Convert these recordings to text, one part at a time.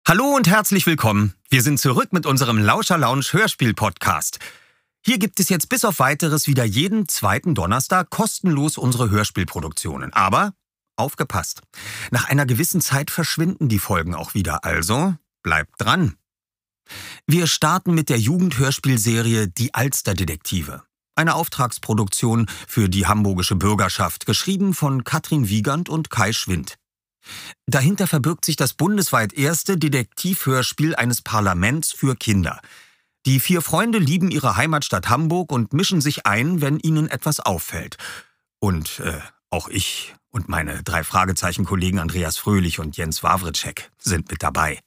Hallo und herzlich willkommen. Wir sind zurück mit unserem Lauscher Lounge Hörspiel-Podcast. Hier gibt es jetzt bis auf Weiteres wieder jeden zweiten Donnerstag kostenlos unsere Hörspielproduktionen. Aber aufgepasst, nach einer gewissen Zeit verschwinden die Folgen auch wieder, also bleibt dran. Wir starten mit der Jugendhörspielserie Die Alsterdetektive. Eine Auftragsproduktion für die hamburgische Bürgerschaft, geschrieben von Katrin Wiegand und Kai Schwind. Dahinter verbirgt sich das bundesweit erste Detektivhörspiel eines Parlaments für Kinder. Die 4 Freunde lieben ihre Heimatstadt Hamburg und mischen sich ein, wenn ihnen etwas auffällt. Und auch ich und meine 3 Fragezeichen-Kollegen Andreas Fröhlich und Jens Wawritschek sind mit dabei.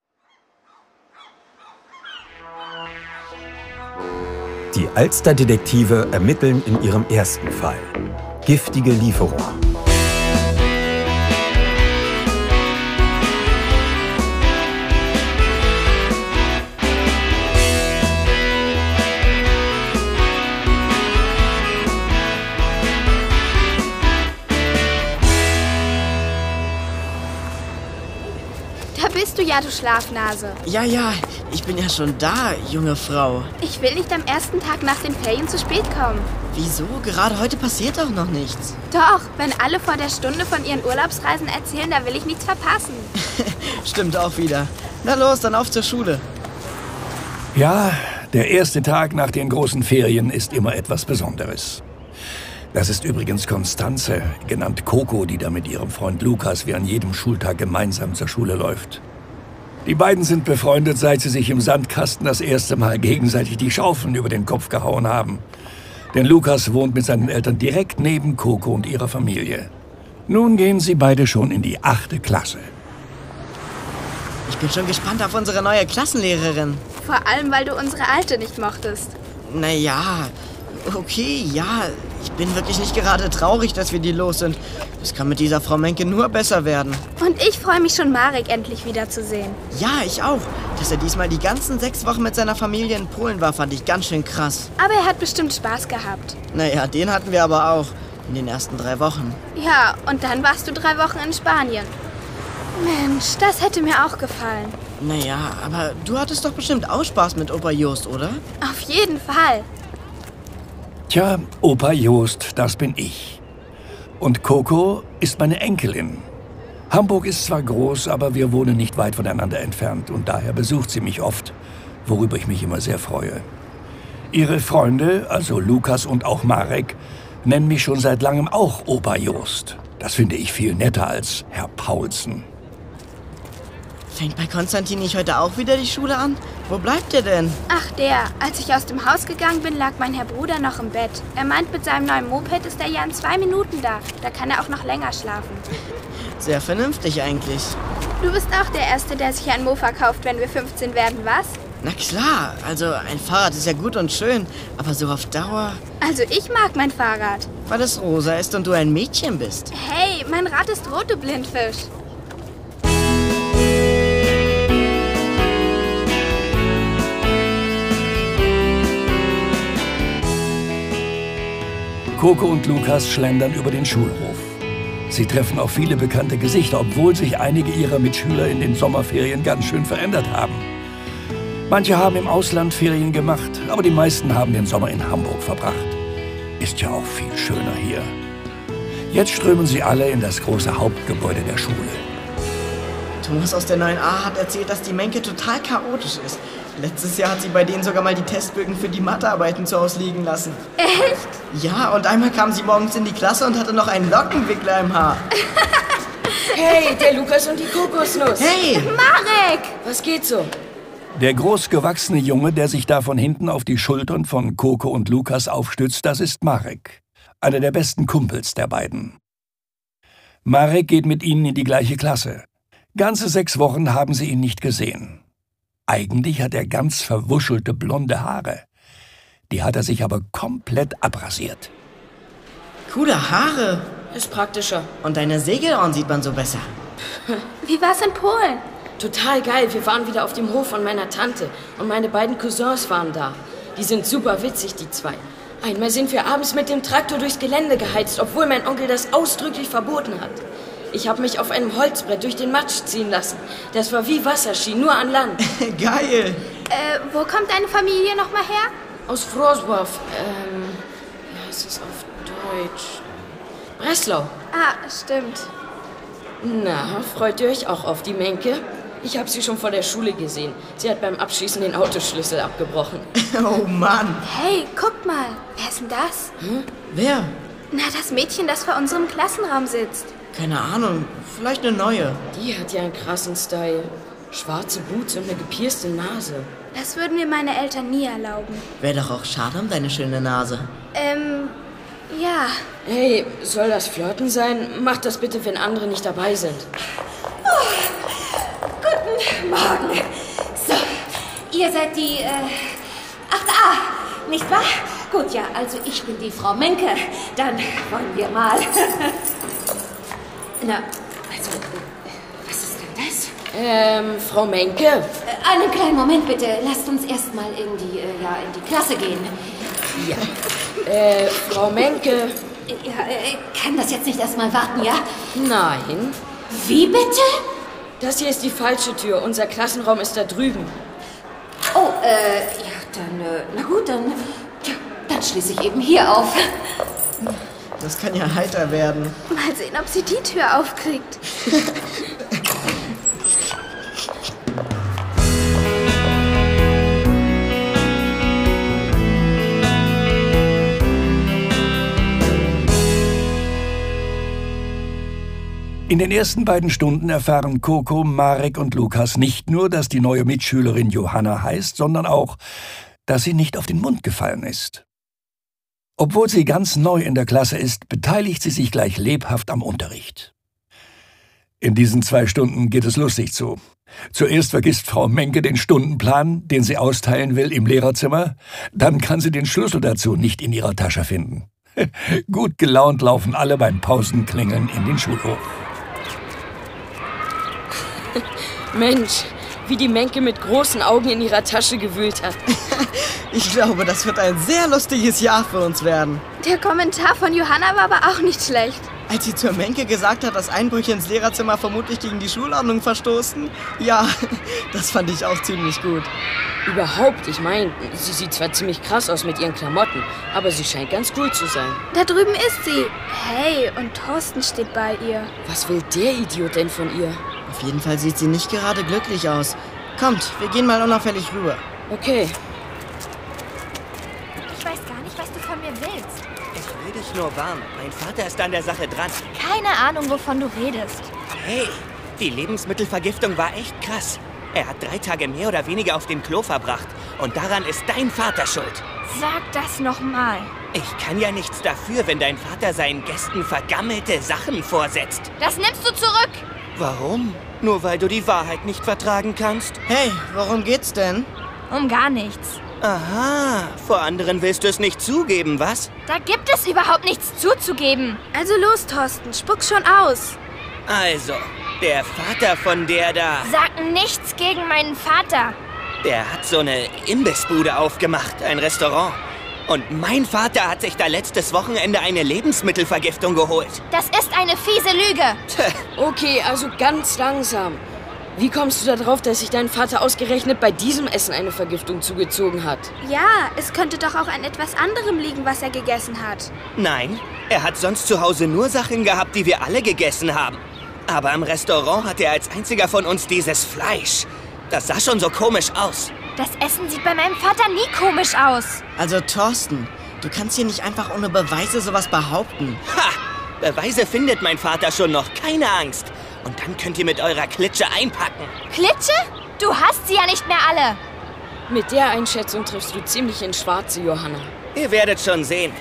Die Alsterdetektive ermitteln in ihrem ersten Fall. Giftige Lieferung. Bist du ja, du Schlafnase. Ja, ich bin ja schon da, junge Frau. Ich will nicht am ersten Tag nach den Ferien zu spät kommen. Wieso? Gerade heute passiert doch noch nichts. Doch, wenn alle vor der Stunde von ihren Urlaubsreisen erzählen, da will ich nichts verpassen. Stimmt auch wieder. Na los, dann auf zur Schule. Ja, der erste Tag nach den großen Ferien ist immer etwas Besonderes. Das ist übrigens Konstanze, genannt Coco, die da mit ihrem Freund Lukas wie an jedem Schultag gemeinsam zur Schule läuft. Die beiden sind befreundet, seit sie sich im Sandkasten das erste Mal gegenseitig die Schaufeln über den Kopf gehauen haben. Denn Lukas wohnt mit seinen Eltern direkt neben Coco und ihrer Familie. Nun gehen sie beide schon in die 8. Klasse. Ich bin schon gespannt auf unsere neue Klassenlehrerin. Vor allem, weil du unsere alte nicht mochtest. Naja, okay, ja. Ich bin wirklich nicht gerade traurig, dass wir die los sind. Es kann mit dieser Frau Menke nur besser werden. Und ich freue mich schon, Marek endlich wiederzusehen. Ja, ich auch. Dass er diesmal die ganzen 6 Wochen mit seiner Familie in Polen war, fand ich ganz schön krass. Aber er hat bestimmt Spaß gehabt. Naja, den hatten wir aber auch. In den ersten 3 Wochen. Ja, und dann warst du 3 Wochen in Spanien. Mensch, das hätte mir auch gefallen. Naja, aber du hattest doch bestimmt auch Spaß mit Opa Jost, oder? Auf jeden Fall. Tja, Opa Jost, das bin ich. Und Coco ist meine Enkelin. Hamburg ist zwar groß, aber wir wohnen nicht weit voneinander entfernt und daher besucht sie mich oft, worüber ich mich immer sehr freue. Ihre Freunde, also Lukas und auch Marek, nennen mich schon seit langem auch Opa Jost. Das finde ich viel netter als Herr Paulsen. Fängt bei Konstantin nicht heute auch wieder die Schule an? Wo bleibt er denn? Ach, als ich aus dem Haus gegangen bin, lag mein Herr Bruder noch im Bett. Er meint, mit seinem neuen Moped ist er ja in 2 Minuten da. Da kann er auch noch länger schlafen. Sehr vernünftig eigentlich. Du bist auch der Erste, der sich ein Mofa kauft, wenn wir 15 werden, was? Na klar, also ein Fahrrad ist ja gut und schön, aber so auf Dauer... Also ich mag mein Fahrrad. Weil es rosa ist und du ein Mädchen bist. Hey, mein Rad ist rot, du Blindfisch. Coco und Lukas schlendern über den Schulhof. Sie treffen auch viele bekannte Gesichter, obwohl sich einige ihrer Mitschüler in den Sommerferien ganz schön verändert haben. Manche haben im Ausland Ferien gemacht, aber die meisten haben den Sommer in Hamburg verbracht. Ist ja auch viel schöner hier. Jetzt strömen sie alle in das große Hauptgebäude der Schule. Thomas aus der 9a hat erzählt, dass die Menke total chaotisch ist. Letztes Jahr hat sie bei denen sogar mal die Testbögen für die Mathearbeiten zu Hause liegen lassen. Echt? Ja, und einmal kam sie morgens in die Klasse und hatte noch einen Lockenwickler im Haar. Hey, der Lukas und die Kokosnuss. Hey! Marek! Was geht so? Der großgewachsene Junge, der sich da von hinten auf die Schultern von Coco und Lukas aufstützt, das ist Marek. Einer der besten Kumpels der beiden. Marek geht mit ihnen in die gleiche Klasse. Ganze 6 Wochen haben sie ihn nicht gesehen. Eigentlich hat er ganz verwuschelte blonde Haare. Die hat er sich aber komplett abrasiert. Coole Haare. Ist praktischer. Und deine Segelohren sieht man so besser. Wie war's in Polen? Total geil. Wir waren wieder auf dem Hof von meiner Tante. Und meine beiden Cousins waren da. Die sind super witzig, die 2. Einmal sind wir abends mit dem Traktor durchs Gelände geheizt, obwohl mein Onkel das ausdrücklich verboten hat. Ich habe mich auf einem Holzbrett durch den Matsch ziehen lassen. Das war wie Wasserski, nur an Land. Geil. Wo kommt deine Familie nochmal her? Aus Wrocław. Wie heißt es auf Deutsch? Breslau. Ah, stimmt. Na, freut ihr euch auch auf die Menke? Ich habe sie schon vor der Schule gesehen. Sie hat beim Abschießen den Autoschlüssel abgebrochen. Oh Mann. Hey, guck mal. Wer ist denn das? Wer? Na, das Mädchen, das vor unserem Klassenraum sitzt. Keine Ahnung. Vielleicht eine neue. Die hat ja einen krassen Style. Schwarze Boots und eine gepierste Nase. Das würden mir meine Eltern nie erlauben. Wäre doch auch schade um deine schöne Nase. Ja. Hey, soll das Flirten sein? Macht das bitte, wenn andere nicht dabei sind. Guten Morgen. So, ihr seid die 8a, nicht wahr? Gut, ja, also ich bin die Frau Menke. Dann wollen wir mal. Na, also, was ist denn das? Frau Menke? Einen kleinen Moment bitte. Lasst uns erst mal in die Klasse gehen. Ja. Frau Menke? Ja, kann das jetzt nicht erstmal warten, ja? Nein. Wie bitte? Das hier ist die falsche Tür. Unser Klassenraum ist da drüben. Oh, ja, dann, na gut, dann schließe ich eben hier auf. Das kann ja heiter werden. Mal sehen, ob sie die Tür aufkriegt. In den ersten beiden Stunden erfahren Coco, Marek und Lukas nicht nur, dass die neue Mitschülerin Johanna heißt, sondern auch, dass sie nicht auf den Mund gefallen ist. Obwohl sie ganz neu in der Klasse ist, beteiligt sie sich gleich lebhaft am Unterricht. In diesen 2 Stunden geht es lustig zu. Zuerst vergisst Frau Menke den Stundenplan, den sie austeilen will im Lehrerzimmer. Dann kann sie den Schlüssel dazu nicht in ihrer Tasche finden. Gut gelaunt laufen alle beim Pausenklingeln in den Schulhof. Mensch, wie die Menke mit großen Augen in ihrer Tasche gewühlt hat. Ich glaube, das wird ein sehr lustiges Jahr für uns werden. Der Kommentar von Johanna war aber auch nicht schlecht. Als sie zur Menke gesagt hat, dass Einbrüche ins Lehrerzimmer vermutlich gegen die Schulordnung verstoßen, ja, das fand ich auch ziemlich gut. Überhaupt, ich meine, sie sieht zwar ziemlich krass aus mit ihren Klamotten, aber sie scheint ganz cool zu sein. Da drüben ist sie. Hey, und Thorsten steht bei ihr. Was will der Idiot denn von ihr? Auf jeden Fall sieht sie nicht gerade glücklich aus. Kommt, wir gehen mal unauffällig rüber. Okay. Ich weiß gar nicht, was du von mir willst. Ich will dich nur warnen. Mein Vater ist an der Sache dran. Keine Ahnung, wovon du redest. Hey, die Lebensmittelvergiftung war echt krass. Er hat 3 Tage mehr oder weniger auf dem Klo verbracht. Und daran ist dein Vater schuld. Sag das nochmal. Ich kann ja nichts dafür, wenn dein Vater seinen Gästen vergammelte Sachen vorsetzt. Das nimmst du zurück. Warum? Nur weil du die Wahrheit nicht vertragen kannst? Hey, worum geht's denn? Um gar nichts. Aha, vor anderen willst du es nicht zugeben, was? Da gibt es überhaupt nichts zuzugeben. Also los, Thorsten, spuck schon aus. Also, der Vater von der da, Sag nichts gegen meinen Vater. der hat so eine Imbissbude aufgemacht, ein Restaurant. Und mein Vater hat sich da letztes Wochenende eine Lebensmittelvergiftung geholt. Das ist eine fiese Lüge. Okay, also ganz langsam. Wie kommst du da drauf, dass sich dein Vater ausgerechnet bei diesem Essen eine Vergiftung zugezogen hat? Ja, es könnte doch auch an etwas anderem liegen, was er gegessen hat. Nein, er hat sonst zu Hause nur Sachen gehabt, die wir alle gegessen haben. Aber im Restaurant hat er als einziger von uns dieses Fleisch. Das sah schon so komisch aus. Das Essen sieht bei meinem Vater nie komisch aus. Also Thorsten, du kannst hier nicht einfach ohne Beweise sowas behaupten. Ha! Beweise findet mein Vater schon noch, keine Angst. Und dann könnt ihr mit eurer Klitsche einpacken. Klitsche? Du hast sie ja nicht mehr alle. Mit der Einschätzung triffst du ziemlich ins Schwarze, Johanna. Ihr werdet schon sehen.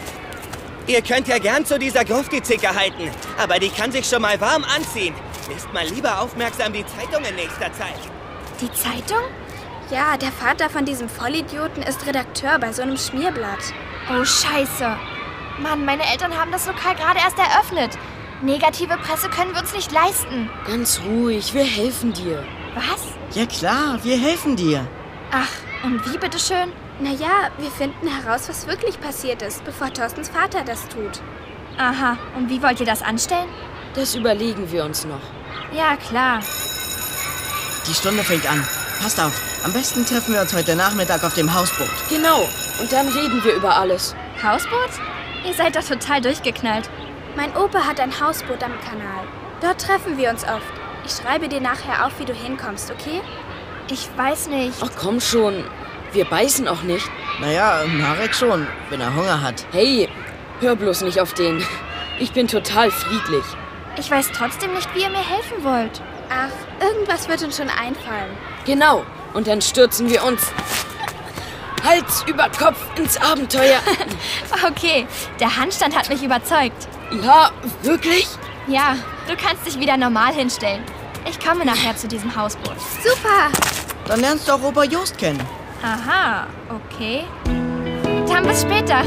Ihr könnt ja gern zu dieser Grufti-Zicke halten, aber die kann sich schon mal warm anziehen. Lest mal lieber aufmerksam die Zeitung in nächster Zeit. Die Zeitung? Ja, der Vater von diesem Vollidioten ist Redakteur bei so einem Schmierblatt. Oh, scheiße. Mann, meine Eltern haben das Lokal gerade erst eröffnet. Negative Presse können wir uns nicht leisten. Ganz ruhig, wir helfen dir. Was? Ja klar, wir helfen dir. Ach, und wie bitteschön? Naja, wir finden heraus, was wirklich passiert ist, bevor Thorstens Vater das tut. Aha, und wie wollt ihr das anstellen? Das überlegen wir uns noch. Ja, klar. Die Stunde fängt an. Passt auf, am besten treffen wir uns heute Nachmittag auf dem Hausboot. Genau, und dann reden wir über alles. Hausboot? Ihr seid doch total durchgeknallt. Mein Opa hat ein Hausboot am Kanal. Dort treffen wir uns oft. Ich schreibe dir nachher auf, wie du hinkommst, okay? Ich weiß nicht. Ach komm schon, wir beißen auch nicht. Naja, Marek schon, wenn er Hunger hat. Hey, hör bloß nicht auf den. Ich bin total friedlich. Ich weiß trotzdem nicht, wie ihr mir helfen wollt. Ach, irgendwas wird uns schon einfallen. Genau, und dann stürzen wir uns Hals über Kopf ins Abenteuer. Okay, der Handstand hat mich überzeugt. Ja, wirklich? Ja, du kannst dich wieder normal hinstellen. Ich komme nachher zu diesem Hausboot. Super! Dann lernst du auch Opa Jost kennen. Aha, okay. Dann bis später.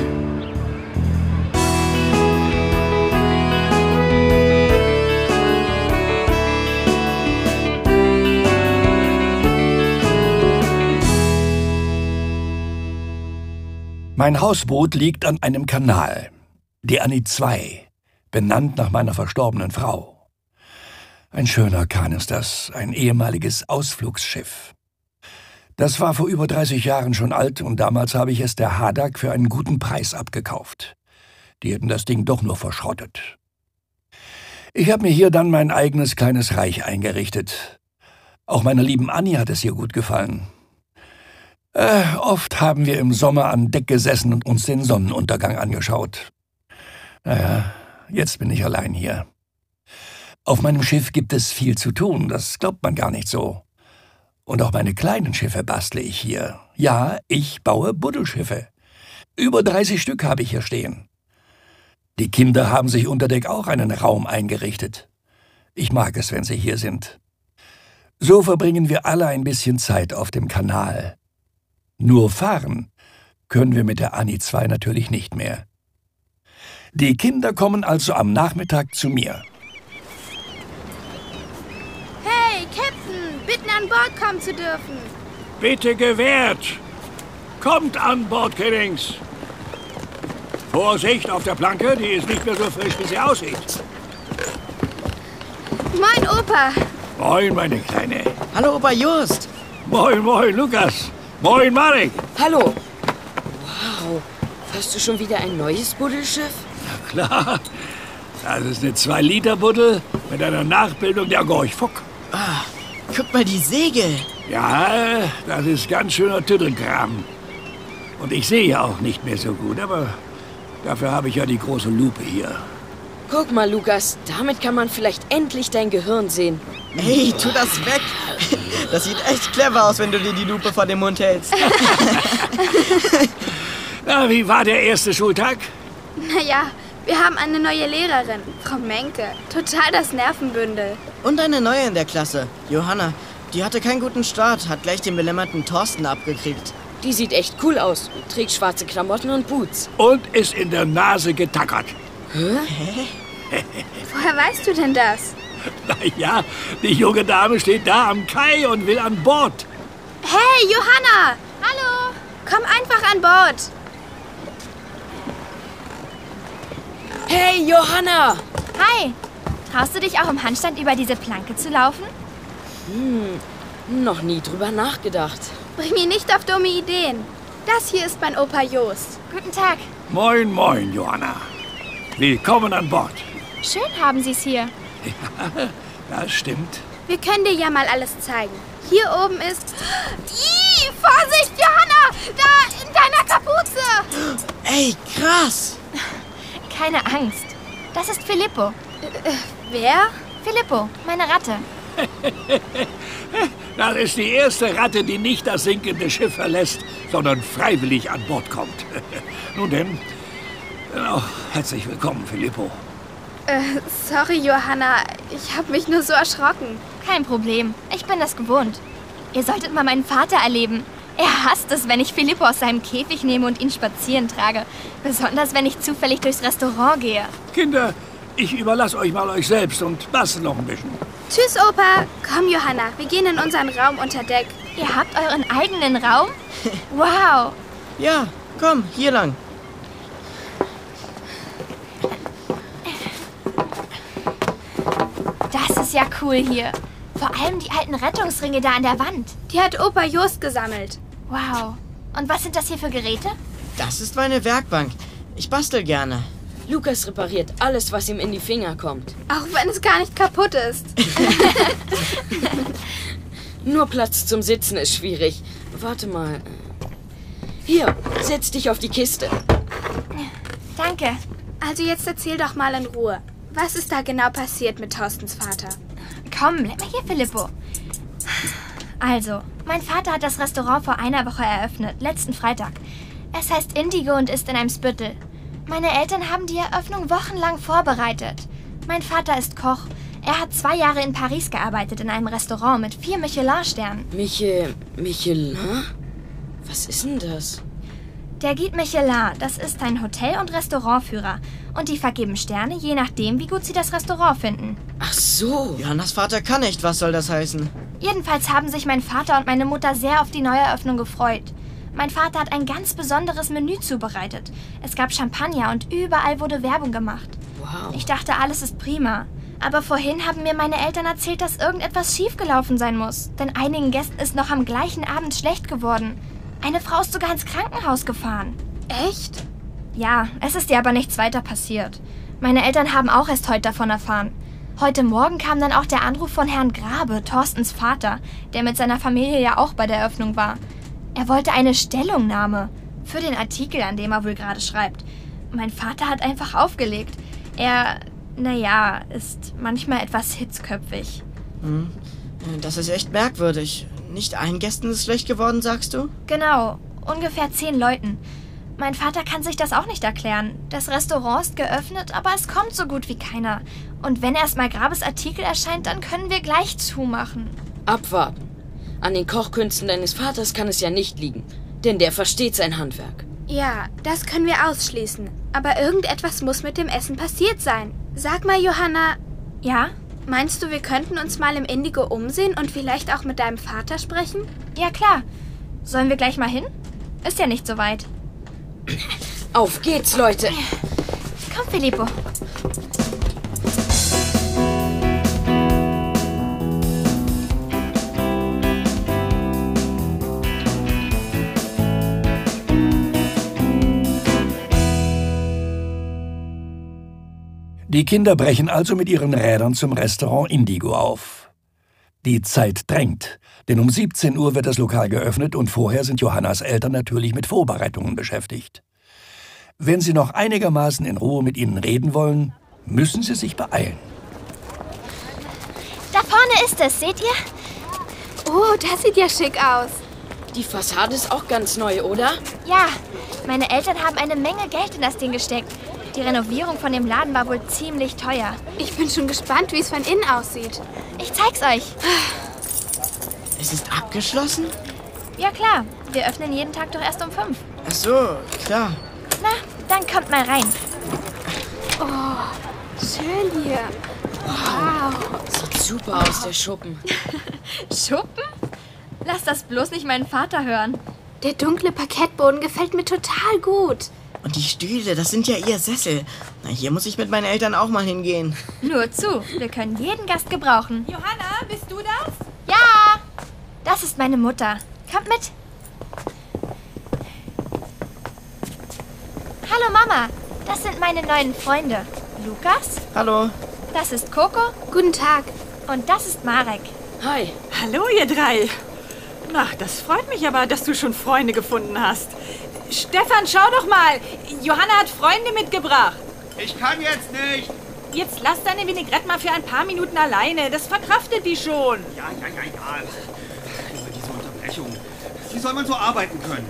Mein Hausboot liegt an einem Kanal, die Annie II, benannt nach meiner verstorbenen Frau. Ein schöner Kahn ist das, ein ehemaliges Ausflugsschiff. Das war vor über 30 Jahren schon alt und damals habe ich es der Hadak für einen guten Preis abgekauft. Die hätten das Ding doch nur verschrottet. Ich habe mir hier dann mein eigenes kleines Reich eingerichtet. Auch meiner lieben Annie hat es hier gut gefallen. Oft haben wir im Sommer an Deck gesessen und uns den Sonnenuntergang angeschaut. Naja, jetzt bin ich allein hier. Auf meinem Schiff gibt es viel zu tun, das glaubt man gar nicht so. Und auch meine kleinen Schiffe bastle ich hier. Ja, ich baue Buddelschiffe. Über 30 Stück habe ich hier stehen. Die Kinder haben sich unter Deck auch einen Raum eingerichtet. Ich mag es, wenn sie hier sind. So verbringen wir alle ein bisschen Zeit auf dem Kanal. Nur fahren können wir mit der Annie II natürlich nicht mehr. Die Kinder kommen also am Nachmittag zu mir. Hey, Captain! Bitten an Bord kommen zu dürfen. Bitte gewährt! Kommt an Bord, Kiddings! Vorsicht auf der Planke, die ist nicht mehr so frisch, wie sie aussieht. Moin, Opa! Moin, meine Kleine. Hallo, Opa Jost. Moin, moin, Lukas. Moin, Marek. Hallo. Wow, hast du schon wieder ein neues Buddelschiff? Na klar, das ist eine 2-Liter-Buddel mit einer Nachbildung der Gorch Fock. Ah, guck mal die Segel. Ja, das ist ganz schöner Tüddelkram. Und ich sehe ja auch nicht mehr so gut, aber dafür habe ich ja die große Lupe hier. Guck mal, Lukas, damit kann man vielleicht endlich dein Gehirn sehen. Ey, tu das weg. Das sieht echt clever aus, wenn du dir die Lupe vor dem Mund hältst. Na, wie war der erste Schultag? Naja, wir haben eine neue Lehrerin, Frau Menke. Total das Nervenbündel. Und eine neue in der Klasse, Johanna. Die hatte keinen guten Start, hat gleich den belämmerten Thorsten abgekriegt. Die sieht echt cool aus, trägt schwarze Klamotten und Boots. Und ist in der Nase getackert. Woher weißt du denn das? Na ja, die junge Dame steht da am Kai und will an Bord. Hey, Johanna! Hallo! Komm einfach an Bord. Hey, Johanna! Hi! Traust du dich auch im Handstand über diese Planke zu laufen? Noch nie drüber nachgedacht. Bring mich nicht auf dumme Ideen. Das hier ist mein Opa Jost. Guten Tag. Moin, moin, Johanna. Willkommen an Bord. Schön haben Sie es hier. Ja, das stimmt. Wir können dir ja mal alles zeigen. Hier oben ist... Ih, Vorsicht, Johanna! Da, in deiner Kapuze! Ey, krass. Keine Angst. Das ist Filippo. Wer? Filippo, meine Ratte. Das ist die erste Ratte, die nicht das sinkende Schiff verlässt, sondern freiwillig an Bord kommt. Nun denn, auch herzlich willkommen, Filippo. Sorry, Johanna. Ich habe mich nur so erschrocken. Kein Problem. Ich bin das gewohnt. Ihr solltet mal meinen Vater erleben. Er hasst es, wenn ich Filippo aus seinem Käfig nehme und ihn spazieren trage. Besonders, wenn ich zufällig durchs Restaurant gehe. Kinder, ich überlasse euch mal euch selbst und bastel noch ein bisschen. Tschüss, Opa. Komm, Johanna. Wir gehen in unseren Raum unter Deck. Ihr habt euren eigenen Raum? Wow. Ja, komm, hier lang. ist ja cool hier. Vor allem die alten Rettungsringe da an der Wand. Die hat Opa Jost gesammelt. Wow. Und was sind das hier für Geräte? Das ist meine Werkbank. Ich bastel gerne. Lukas repariert alles, was ihm in die Finger kommt. Auch wenn es gar nicht kaputt ist. Nur Platz zum Sitzen ist schwierig. Warte mal. Hier, setz dich auf die Kiste. Danke. Also jetzt erzähl doch mal in Ruhe. Was ist da genau passiert mit Thorstens Vater? Komm, bleib mal hier, Filippo. Also, mein Vater hat das Restaurant vor einer Woche eröffnet, letzten Freitag. Es heißt Indigo und ist in einem Spüttel. Meine Eltern haben die Eröffnung wochenlang vorbereitet. Mein Vater ist Koch. Er hat 2 Jahre in Paris gearbeitet, in einem Restaurant mit 4 Michelin-Sternen. Michelin? Was ist denn das? Der Guide Michelin, das ist ein Hotel- und Restaurantführer. Und die vergeben Sterne, je nachdem, wie gut sie das Restaurant finden. Ach so. Johannas Vater kann nicht. Was soll das heißen? Jedenfalls haben sich mein Vater und meine Mutter sehr auf die Neueröffnung gefreut. Mein Vater hat ein ganz besonderes Menü zubereitet. Es gab Champagner und überall wurde Werbung gemacht. Wow. Ich dachte, alles ist prima. Aber vorhin haben mir meine Eltern erzählt, dass irgendetwas schiefgelaufen sein muss. Denn einigen Gästen ist noch am gleichen Abend schlecht geworden. Eine Frau ist sogar ins Krankenhaus gefahren. Echt? Ja, es ist ihr aber nichts weiter passiert. Meine Eltern haben auch erst heute davon erfahren. Heute Morgen kam dann auch der Anruf von Herrn Grabe, Thorstens Vater, der mit seiner Familie ja auch bei der Eröffnung war. Er wollte eine Stellungnahme für den Artikel, an dem er wohl gerade schreibt. Mein Vater hat einfach aufgelegt. Er, ist manchmal etwas hitzköpfig. Das ist echt merkwürdig. Nicht allen Gästen ist schlecht geworden, sagst du? Genau, ungefähr 10 Leuten. Mein Vater kann sich das auch nicht erklären. Das Restaurant ist geöffnet, aber es kommt so gut wie keiner. Und wenn erst mal Grabes Artikel erscheint, dann können wir gleich zumachen. Abwarten. An den Kochkünsten deines Vaters kann es ja nicht liegen, denn der versteht sein Handwerk. Ja, das können wir ausschließen. Aber irgendetwas muss mit dem Essen passiert sein. Sag mal, Johanna, Ja? meinst du, wir könnten uns mal im Indigo umsehen und vielleicht auch mit deinem Vater sprechen? Ja, klar. Sollen wir gleich mal hin? Ist ja nicht so weit. Auf geht's, Leute! Komm, Filippo. Die Kinder brechen also mit ihren Rädern zum Restaurant Indigo auf. Die Zeit drängt, denn um 17 Uhr wird das Lokal geöffnet und vorher sind Johannas Eltern natürlich mit Vorbereitungen beschäftigt. Wenn sie noch einigermaßen in Ruhe mit ihnen reden wollen, müssen sie sich beeilen. Da vorne ist es, seht ihr? Oh, das sieht ja schick aus. Die Fassade ist auch ganz neu, oder? Ja, meine Eltern haben eine Menge Geld in das Ding gesteckt. Die Renovierung von dem Laden war wohl ziemlich teuer. Ich bin schon gespannt, wie es von innen aussieht. Ich zeig's euch. Es ist abgeschlossen? Ja klar, wir öffnen jeden Tag doch erst um 5. Ach so, klar. Na, dann kommt mal rein. Schön hier. Wow. Sieht super aus, der Schuppen. Schuppen? Lass das bloß nicht meinen Vater hören. Der dunkle Parkettboden gefällt mir total gut. Und die Stühle, das sind ja eher Sessel. Na, hier muss ich mit meinen Eltern auch mal hingehen. Nur zu, wir können jeden Gast gebrauchen. Johanna, bist du das? Ja, das ist meine Mutter. Kommt mit. Hallo Mama, das sind meine neuen Freunde. Lukas, Hallo. das ist Coco Guten Tag. und das ist Marek. Hi. Hallo, ihr 3. Na, das freut mich aber, dass du schon Freunde gefunden hast. Stefan, schau doch mal. Johanna hat Freunde mitgebracht. Ich kann jetzt nicht. Jetzt lass deine Vinaigrette mal für ein paar Minuten alleine. Das verkraftet die schon. Ja. Über diese Unterbrechung. Wie soll man so arbeiten können?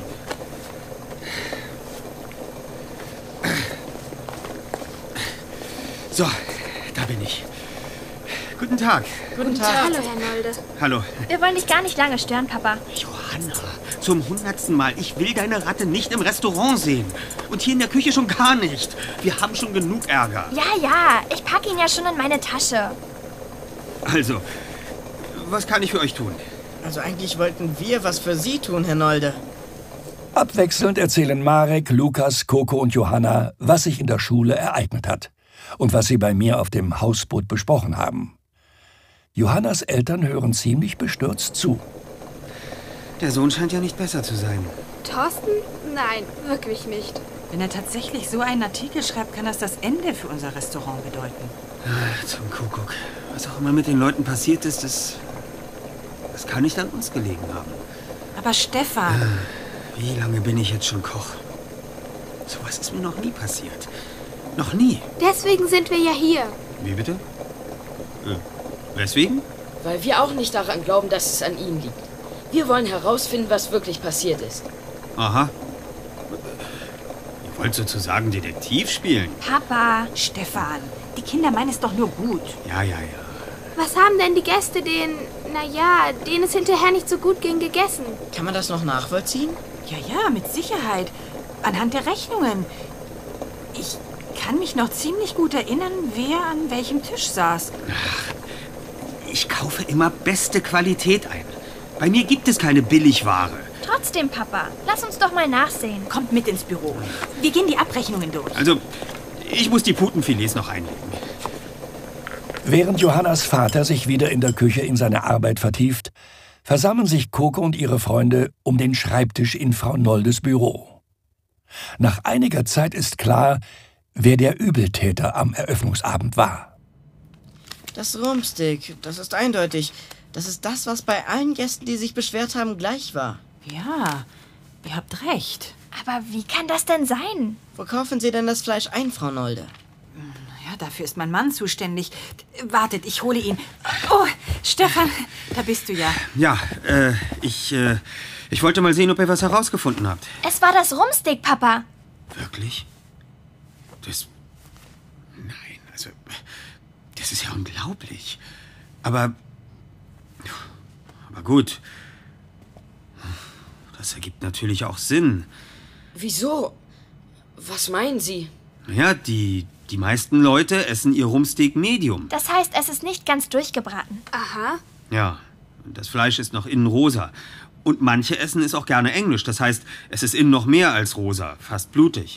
So, da bin ich. Guten Tag. Guten Tag. Hallo, Herr Nolde. Hallo. Wir wollen dich gar nicht lange stören, Papa. Johanna, zum 100. Mal. Ich will deine Ratte nicht im Restaurant sehen. Und hier in der Küche schon gar nicht. Wir haben schon genug Ärger. Ja, ich packe ihn ja schon in meine Tasche. Also, was kann ich für euch tun? Also eigentlich wollten wir was für Sie tun, Herr Nolde. Abwechselnd erzählen Marek, Lukas, Coco und Johanna, was sich in der Schule ereignet hat und was sie bei mir auf dem Hausboot besprochen haben. Johannas Eltern hören ziemlich bestürzt zu. Der Sohn scheint ja nicht besser zu sein. Thorsten? Nein, wirklich nicht. Wenn er tatsächlich so einen Artikel schreibt, kann das das Ende für unser Restaurant bedeuten. Ach, zum Kuckuck. Was auch immer mit den Leuten passiert ist, das kann nicht an uns gelegen haben. Aber Stefan... Wie lange bin ich jetzt schon Koch? Sowas ist mir noch nie passiert. Noch nie. Deswegen sind wir ja hier. Wie bitte? Weswegen? Weil wir auch nicht daran glauben, dass es an ihm liegt. Wir wollen herausfinden, was wirklich passiert ist. Aha. Ihr wollt sozusagen Detektiv spielen? Papa. Stefan, die Kinder meinen es doch nur gut. Ja. Was haben denn die Gäste, denen es hinterher nicht so gut ging, gegessen? Kann man das noch nachvollziehen? Ja, mit Sicherheit. Anhand der Rechnungen. Ich kann mich noch ziemlich gut erinnern, wer an welchem Tisch saß. Ach, ich kaufe immer beste Qualität ein. Bei mir gibt es keine Billigware. Trotzdem, Papa, lass uns doch mal nachsehen. Kommt mit ins Büro. Wir gehen die Abrechnungen durch. Also, ich muss die Putenfilets noch einlegen. Während Johannas Vater sich wieder in der Küche in seine Arbeit vertieft, versammeln sich Coco und ihre Freunde um den Schreibtisch in Frau Noldes Büro. Nach einiger Zeit ist klar, wer der Übeltäter am Eröffnungsabend war. Das Rumpsteak, das ist eindeutig. Das ist das, was bei allen Gästen, die sich beschwert haben, gleich war. Ja, ihr habt recht. Aber wie kann das denn sein? Wo kaufen Sie denn das Fleisch ein, Frau Nolde? Ja, dafür ist mein Mann zuständig. Wartet, ich hole ihn. Oh, Stefan, da bist du ja. Ja, ich wollte mal sehen, ob ihr was herausgefunden habt. Es war das Rumpsteak, Papa. Wirklich? Nein, also, das ist ja unglaublich. Aber gut. Das ergibt natürlich auch Sinn. Wieso? Was meinen Sie? Ja, die meisten Leute essen ihr Rumpsteak Medium. Das heißt, es ist nicht ganz durchgebraten. Aha. Ja, das Fleisch ist noch innen rosa. Und manche essen es auch gerne englisch. Das heißt, es ist innen noch mehr als rosa, fast blutig.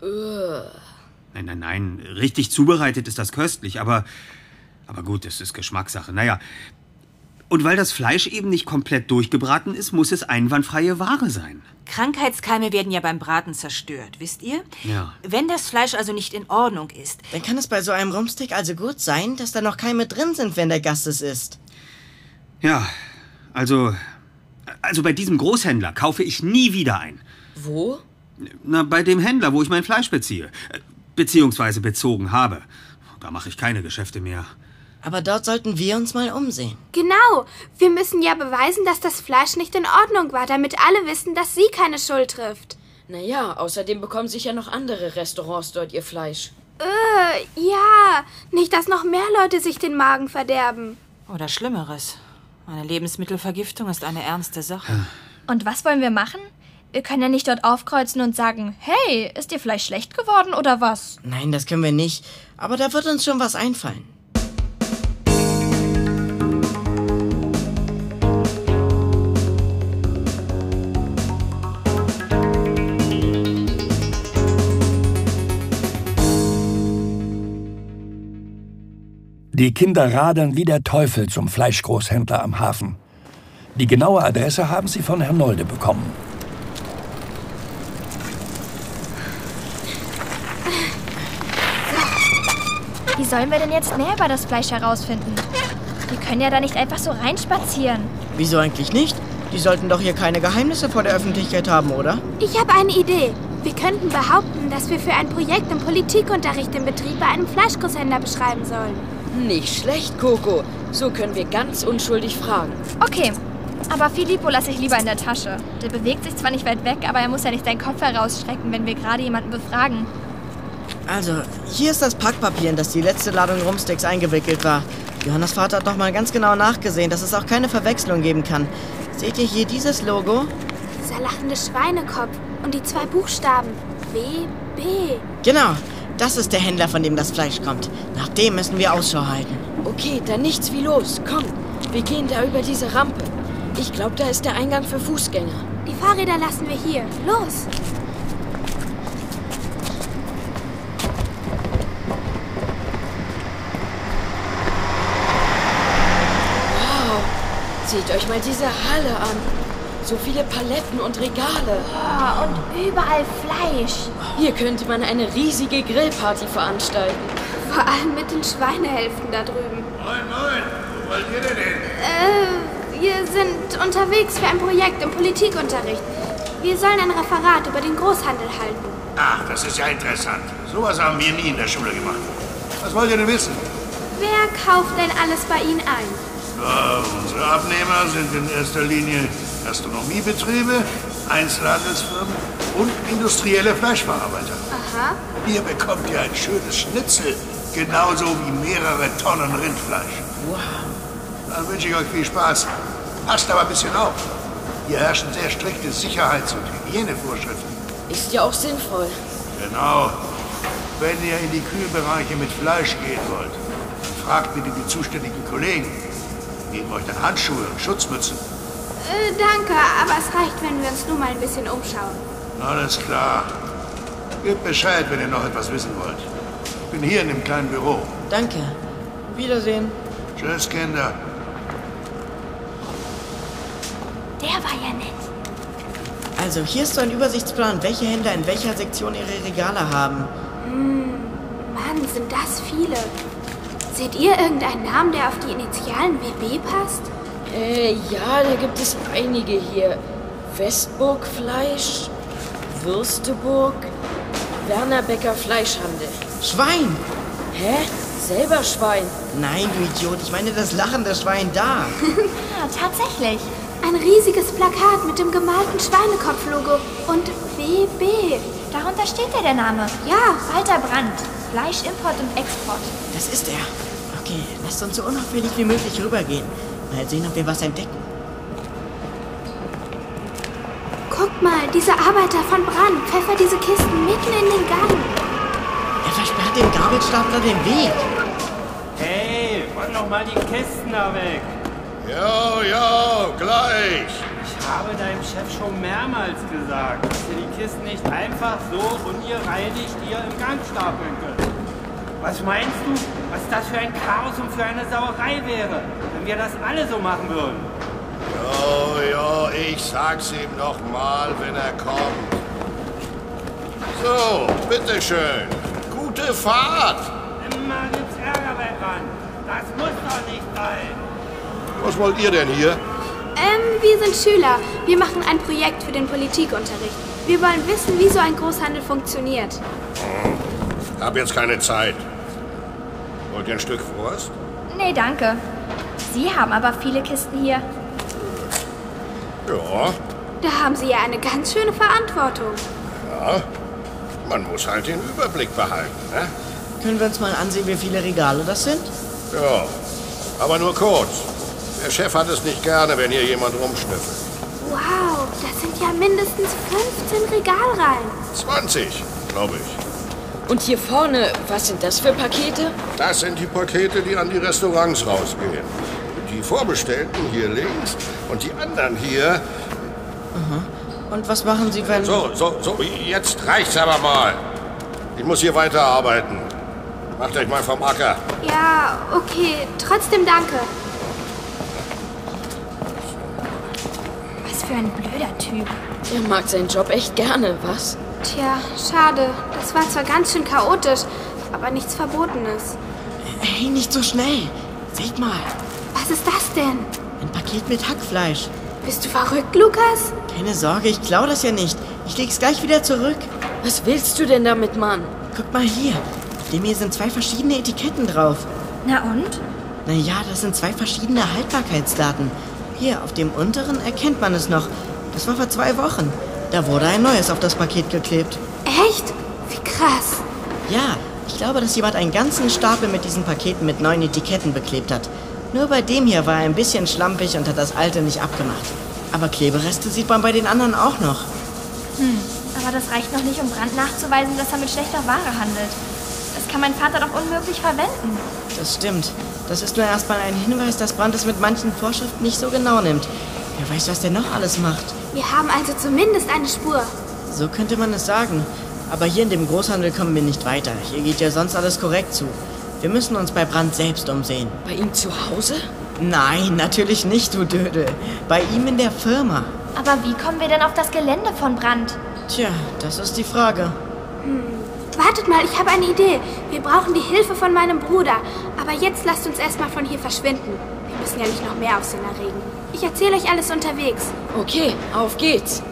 Nein, richtig zubereitet ist das köstlich, aber gut, es ist Geschmackssache. Naja, und weil das Fleisch eben nicht komplett durchgebraten ist, muss es einwandfreie Ware sein. Krankheitskeime werden ja beim Braten zerstört, wisst ihr? Ja. Wenn das Fleisch also nicht in Ordnung ist... Dann kann es bei so einem Rumpsteak also gut sein, dass da noch Keime drin sind, wenn der Gast es isst. Ja, also bei diesem Großhändler kaufe ich nie wieder ein. Wo? Na, bei dem Händler, wo ich mein Fleisch beziehe. Beziehungsweise bezogen habe. Da mache ich keine Geschäfte mehr. Aber dort sollten wir uns mal umsehen. Genau. Wir müssen ja beweisen, dass das Fleisch nicht in Ordnung war, damit alle wissen, dass sie keine Schuld trifft. Naja, außerdem bekommen sicher noch andere Restaurants dort ihr Fleisch. Ja. Nicht, dass noch mehr Leute sich den Magen verderben. Oder Schlimmeres. Eine Lebensmittelvergiftung ist eine ernste Sache. Und was wollen wir machen? Wir können ja nicht dort aufkreuzen und sagen, hey, ist dir Fleisch schlecht geworden oder was? Nein, das können wir nicht. Aber da wird uns schon was einfallen. Die Kinder radeln wie der Teufel zum Fleischgroßhändler am Hafen. Die genaue Adresse haben sie von Herrn Nolde bekommen. Wie sollen wir denn jetzt mehr über das Fleisch herausfinden? Wir können ja da nicht einfach so reinspazieren. Wieso eigentlich nicht? Die sollten doch hier keine Geheimnisse vor der Öffentlichkeit haben, oder? Ich habe eine Idee. Wir könnten behaupten, dass wir für ein Projekt im Politikunterricht im Betrieb bei einem Fleischgroßhändler beschreiben sollen. Nicht schlecht, Coco. So können wir ganz unschuldig fragen. Okay, aber Filippo lasse ich lieber in der Tasche. Der bewegt sich zwar nicht weit weg, aber er muss ja nicht seinen Kopf herausstrecken, wenn wir gerade jemanden befragen. Also, hier ist das Packpapier, in das die letzte Ladung Rumpsteaks eingewickelt war. Johannas Vater hat noch mal ganz genau nachgesehen, dass es auch keine Verwechslung geben kann. Seht ihr hier dieses Logo? Dieser lachende Schweinekopf und die 2 Buchstaben. WB. Genau, das ist der Händler, von dem das Fleisch kommt. Nach dem müssen wir Ausschau halten. Okay, dann nichts wie los. Komm, wir gehen da über diese Rampe. Ich glaube, da ist der Eingang für Fußgänger. Die Fahrräder lassen wir hier. Los! Seht euch mal diese Halle an. So viele Paletten und Regale. Oh, und überall Fleisch. Hier könnte man eine riesige Grillparty veranstalten. Vor allem mit den Schweinehälften da drüben. Moin, moin. Wo wollt ihr denn? Wir sind unterwegs für ein Projekt im Politikunterricht. Wir sollen ein Referat über den Großhandel halten. Ach, das ist ja interessant. Sowas haben wir nie in der Schule gemacht. Was wollt ihr denn wissen? Wer kauft denn alles bei Ihnen ein? Unsere Abnehmer sind in erster Linie Gastronomiebetriebe, Einzelhandelsfirmen und industrielle Fleischverarbeiter. Aha. Ihr bekommt ja ein schönes Schnitzel, genauso wie mehrere Tonnen Rindfleisch. Wow. Dann wünsche ich euch viel Spaß. Passt aber ein bisschen auf. Hier herrschen sehr strikte Sicherheits- und Hygienevorschriften. Ist ja auch sinnvoll. Genau. Wenn ihr in die Kühlbereiche mit Fleisch gehen wollt, dann fragt bitte die zuständigen Kollegen. Die geben euch dann Handschuhe und Schutzmützen. Danke, aber es reicht, wenn wir uns nur mal ein bisschen umschauen. Alles klar. Gebt Bescheid, wenn ihr noch etwas wissen wollt. Ich bin hier in dem kleinen Büro. Danke. Wiedersehen. Tschüss, Kinder. Der war ja nett. Also, hier ist so ein Übersichtsplan, welche Händler in welcher Sektion ihre Regale haben. Mann, sind das viele. Seht ihr irgendeinen Namen, der auf die Initialen WB passt? Ja, da gibt es einige hier. Westburg Fleisch, Würsteburg, Werner Becker Fleischhandel. Schwein! Hä? Selber Schwein? Nein, du Idiot, ich meine das lachende Schwein da. Ja, tatsächlich. Ein riesiges Plakat mit dem gemalten Schweinekopf-Logo und WB. Darunter steht ja der Name. Ja. Walter Brandt. Fleischimport und Export. Das ist er. Okay, lasst uns so unauffällig wie möglich rübergehen. Mal sehen, ob wir was entdecken. Guckt mal, dieser Arbeiter von Brandt pfeffert diese Kisten mitten in den Gang. Er versperrt dem Gabelstapler den Weg. Hey, räum doch mal die Kisten da weg. Jo, gleich. Ich habe deinem Chef schon mehrmals gesagt, dass ihr die Kisten nicht einfach so ungereinigt hier im Gang stapeln könnt. Was meinst du, was das für ein Chaos und für eine Sauerei wäre, wenn wir das alle so machen würden? Jo, ich sag's ihm noch mal, wenn er kommt. So, bitteschön. Gute Fahrt. Immer gibt's Ärger bei Brand. Das muss doch nicht sein. Was wollt ihr denn hier? Wir sind Schüler. Wir machen ein Projekt für den Politikunterricht. Wir wollen wissen, wie so ein Großhandel funktioniert. Hab jetzt keine Zeit. Wollt ihr ein Stück Wurst? Nee, danke. Sie haben aber viele Kisten hier. Ja, Da haben Sie ja eine ganz schöne Verantwortung. ja. Man muss halt den Überblick behalten, ne? Können wir uns mal ansehen, wie viele Regale das sind? Ja, aber nur kurz. Der Chef hat es nicht gerne, wenn hier jemand rumschnüffelt. Wow, das sind ja mindestens 15 Regalreihen. 20, glaube ich. Und hier vorne, was sind das für Pakete? Das sind die Pakete, die an die Restaurants rausgehen. Die Vorbestellten hier links und die anderen hier. Und was machen Sie, wenn... So, jetzt reicht's aber mal. Ich muss hier weiterarbeiten. Macht euch mal vom Acker. Ja, okay. Trotzdem danke. Was für ein blöder Typ. Der mag seinen Job echt gerne, was? Tja, schade. Das war zwar ganz schön chaotisch, aber nichts Verbotenes. Hey, nicht so schnell. Seht mal, Was ist das denn? ein Paket mit Hackfleisch. Bist du verrückt, Lukas? Keine Sorge, ich klau das ja nicht. Ich leg's gleich wieder zurück. Was willst du denn damit, Mann? Guck mal hier. Auf dem hier sind 2 verschiedene Etiketten drauf. Na und? Naja, das sind 2 verschiedene Haltbarkeitsdaten. Hier, auf dem unteren erkennt man es noch. Das war vor 2 Wochen. Da wurde ein neues auf das Paket geklebt. Echt? Wie krass. Ja, ich glaube, dass jemand einen ganzen Stapel mit diesen Paketen mit neuen Etiketten beklebt hat. Nur bei dem hier war er ein bisschen schlampig und hat das alte nicht abgemacht. Aber Klebereste sieht man bei den anderen auch noch. Aber das reicht noch nicht, um Brandt nachzuweisen, dass er mit schlechter Ware handelt. Das kann mein Vater doch unmöglich verwenden. Das stimmt. Das ist nur erstmal ein Hinweis, dass Brandt es mit manchen Vorschriften nicht so genau nimmt. Wer weiß, was der noch alles macht. Wir haben also zumindest eine Spur. So könnte man es sagen. Aber hier in dem Großhandel kommen wir nicht weiter. Hier geht ja sonst alles korrekt zu. Wir müssen uns bei Brandt selbst umsehen. Bei ihm zu Hause? Nein, natürlich nicht, du Dödel. Bei ihm in der Firma. Aber wie kommen wir denn auf das Gelände von Brand? Tja, das ist die Frage. Wartet mal, ich habe eine Idee. Wir brauchen die Hilfe von meinem Bruder. Aber jetzt lasst uns erstmal von hier verschwinden. Wir müssen ja nicht noch mehr Aufsehen erregen. Ich erzähle euch alles unterwegs. Okay, auf geht's.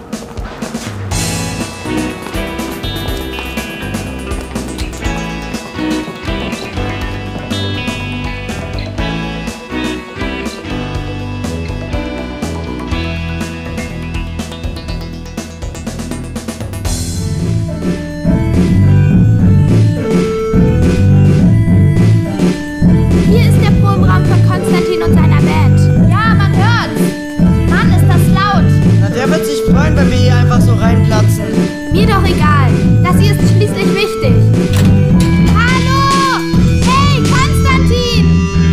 Hier ist der Probenraum von Konstantin und seiner Band. Ja, man hört's. Mann, ist das laut. Na, der wird sich freuen, wenn wir hier einfach so reinplatzen. Mir doch egal. Das hier ist schließlich wichtig. Hallo! Hey, Konstantin!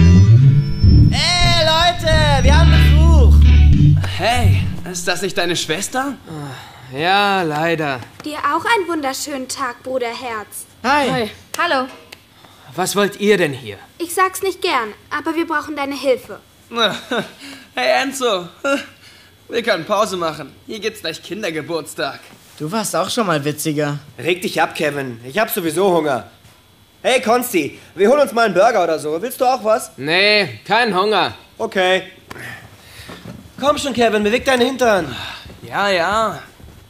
Hey, Leute, wir haben Besuch. Hey, ist das nicht deine Schwester? Ja, leider. Dir auch einen wunderschönen Tag, Bruder Herz. Hi. Hallo. Was wollt ihr denn hier? Ich sag's nicht gern, aber wir brauchen deine Hilfe. Hey, Enzo. Wir können Pause machen. Hier gibt's gleich Kindergeburtstag. Du warst auch schon mal witziger. Reg dich ab, Kevin. Ich hab sowieso Hunger. Hey, Konsti, wir holen uns mal einen Burger oder so. Willst du auch was? Nee, kein Hunger. Okay. Komm schon, Kevin, beweg deinen Hintern. Ja.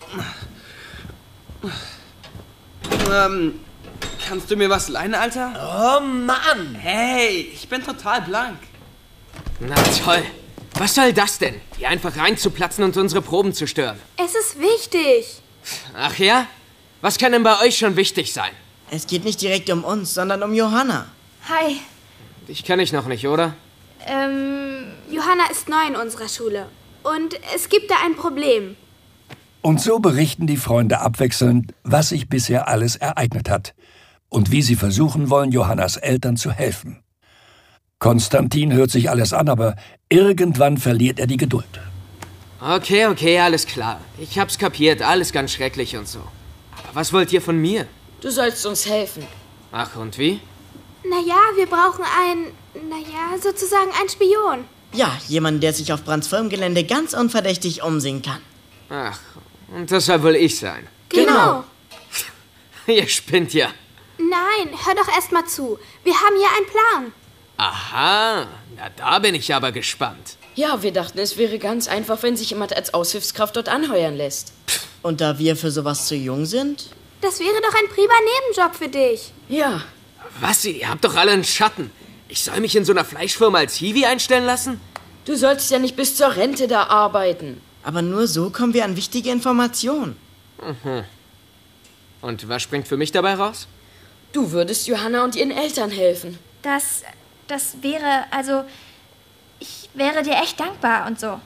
Kannst du mir was leihen, Alter? Oh, Mann. Hey, ich bin total blank. Na toll. Was soll das denn? Hier einfach reinzuplatzen und unsere Proben zu stören. Es ist wichtig. Ach ja? Was kann denn bei euch schon wichtig sein? Es geht nicht direkt um uns, sondern um Johanna. Hi. Dich kenne ich noch nicht, oder? Johanna ist neu in unserer Schule. Und es gibt da ein Problem. Und so berichten die Freunde abwechselnd, was sich bisher alles ereignet hat und wie sie versuchen wollen, Johannas Eltern zu helfen. Konstantin hört sich alles an, aber irgendwann verliert er die Geduld. Okay, alles klar. Ich hab's kapiert, alles ganz schrecklich und so. Aber was wollt ihr von mir? Du sollst uns helfen. Ach, und wie? Naja, wir brauchen sozusagen einen Spion. Ja, jemand, der sich auf Brands Firmengelände ganz unverdächtig umsehen kann. Ach, und das soll wohl ich sein. Genau. Ihr spinnt ja. Nein, hör doch erst mal zu. Wir haben hier einen Plan. Aha, na da bin ich aber gespannt. Ja, wir dachten, es wäre ganz einfach, wenn sich jemand als Aushilfskraft dort anheuern lässt. Und da wir für sowas zu jung sind? Das wäre doch ein prima Nebenjob für dich. Ja. Was, ihr habt doch alle einen Schatten. Ich soll mich in so einer Fleischfirma als Hiwi einstellen lassen? Du sollst ja nicht bis zur Rente da arbeiten. Aber nur so kommen wir an wichtige Informationen. Mhm. Und was springt für mich dabei raus? Du würdest Johanna und ihren Eltern helfen. Das wäre, also, ich wäre dir echt dankbar und so.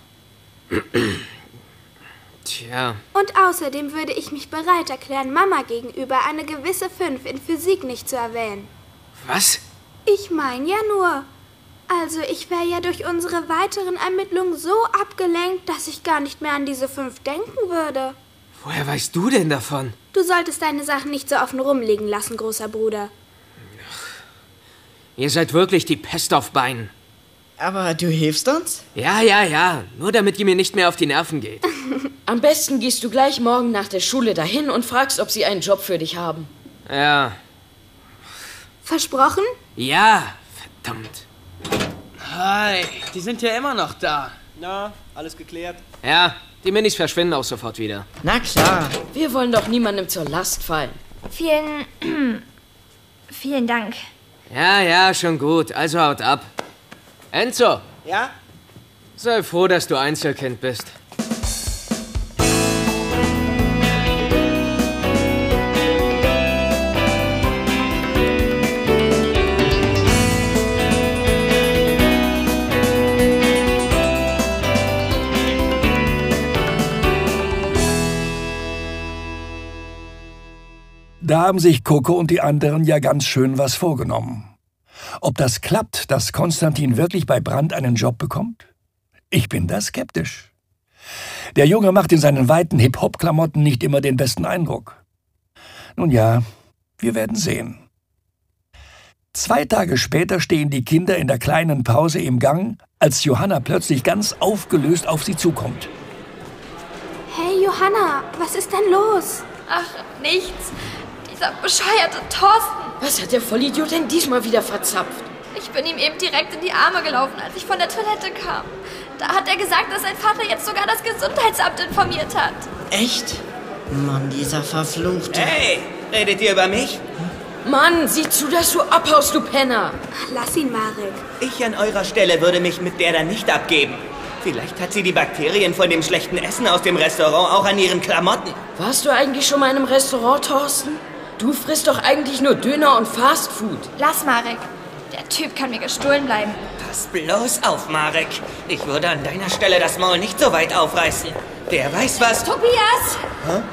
Tja. Und außerdem würde ich mich bereit erklären, Mama gegenüber eine gewisse 5 in Physik nicht zu erwähnen. Was? Ich meine ja nur. Also, ich wäre ja durch unsere weiteren Ermittlungen so abgelenkt, dass ich gar nicht mehr an diese 5 denken würde. Woher weißt du denn davon? Du solltest deine Sachen nicht so offen rumliegen lassen, großer Bruder. Ihr seid wirklich die Pest auf Beinen. Aber du hilfst uns? Ja. Nur damit ihr mir nicht mehr auf die Nerven geht. Am besten gehst du gleich morgen nach der Schule dahin und fragst, ob sie einen Job für dich haben. Ja. Versprochen? Ja, verdammt. Hi, die sind ja immer noch da. Na, alles geklärt? Ja, die Minis verschwinden auch sofort wieder. Na klar. Wir wollen doch niemandem zur Last fallen. Vielen Dank. Ja, schon gut. Also haut ab. Enzo. Ja? Sei froh, dass du Einzelkind bist. Da haben sich Coco und die anderen ja ganz schön was vorgenommen. Ob das klappt, dass Konstantin wirklich bei Brand einen Job bekommt? Ich bin da skeptisch. Der Junge macht in seinen weiten Hip-Hop-Klamotten nicht immer den besten Eindruck. Nun ja, wir werden sehen. 2 Tage später stehen die Kinder in der kleinen Pause im Gang, als Johanna plötzlich ganz aufgelöst auf sie zukommt. Hey Johanna, was ist denn los? Ach, nichts. Dieser bescheuerte Thorsten. Was hat der Vollidiot denn diesmal wieder verzapft? Ich bin ihm eben direkt in die Arme gelaufen, als ich von der Toilette kam. Da hat er gesagt, dass sein Vater jetzt sogar das Gesundheitsamt informiert hat. Echt? Mann, dieser Verfluchte. Hey, redet ihr über mich? Mann, sieh zu, dass du abhaust, du Penner. Lass ihn, Marek. Ich an eurer Stelle würde mich mit der dann nicht abgeben. Vielleicht hat sie die Bakterien von dem schlechten Essen aus dem Restaurant auch an ihren Klamotten. Warst du eigentlich schon mal in einem Restaurant, Thorsten? Du frisst doch eigentlich nur Döner und Fastfood. Lass, Marek. Der Typ kann mir gestohlen bleiben. Pass bloß auf, Marek. Ich würde an deiner Stelle das Maul nicht so weit aufreißen. Der weiß was... Tobias! Hä?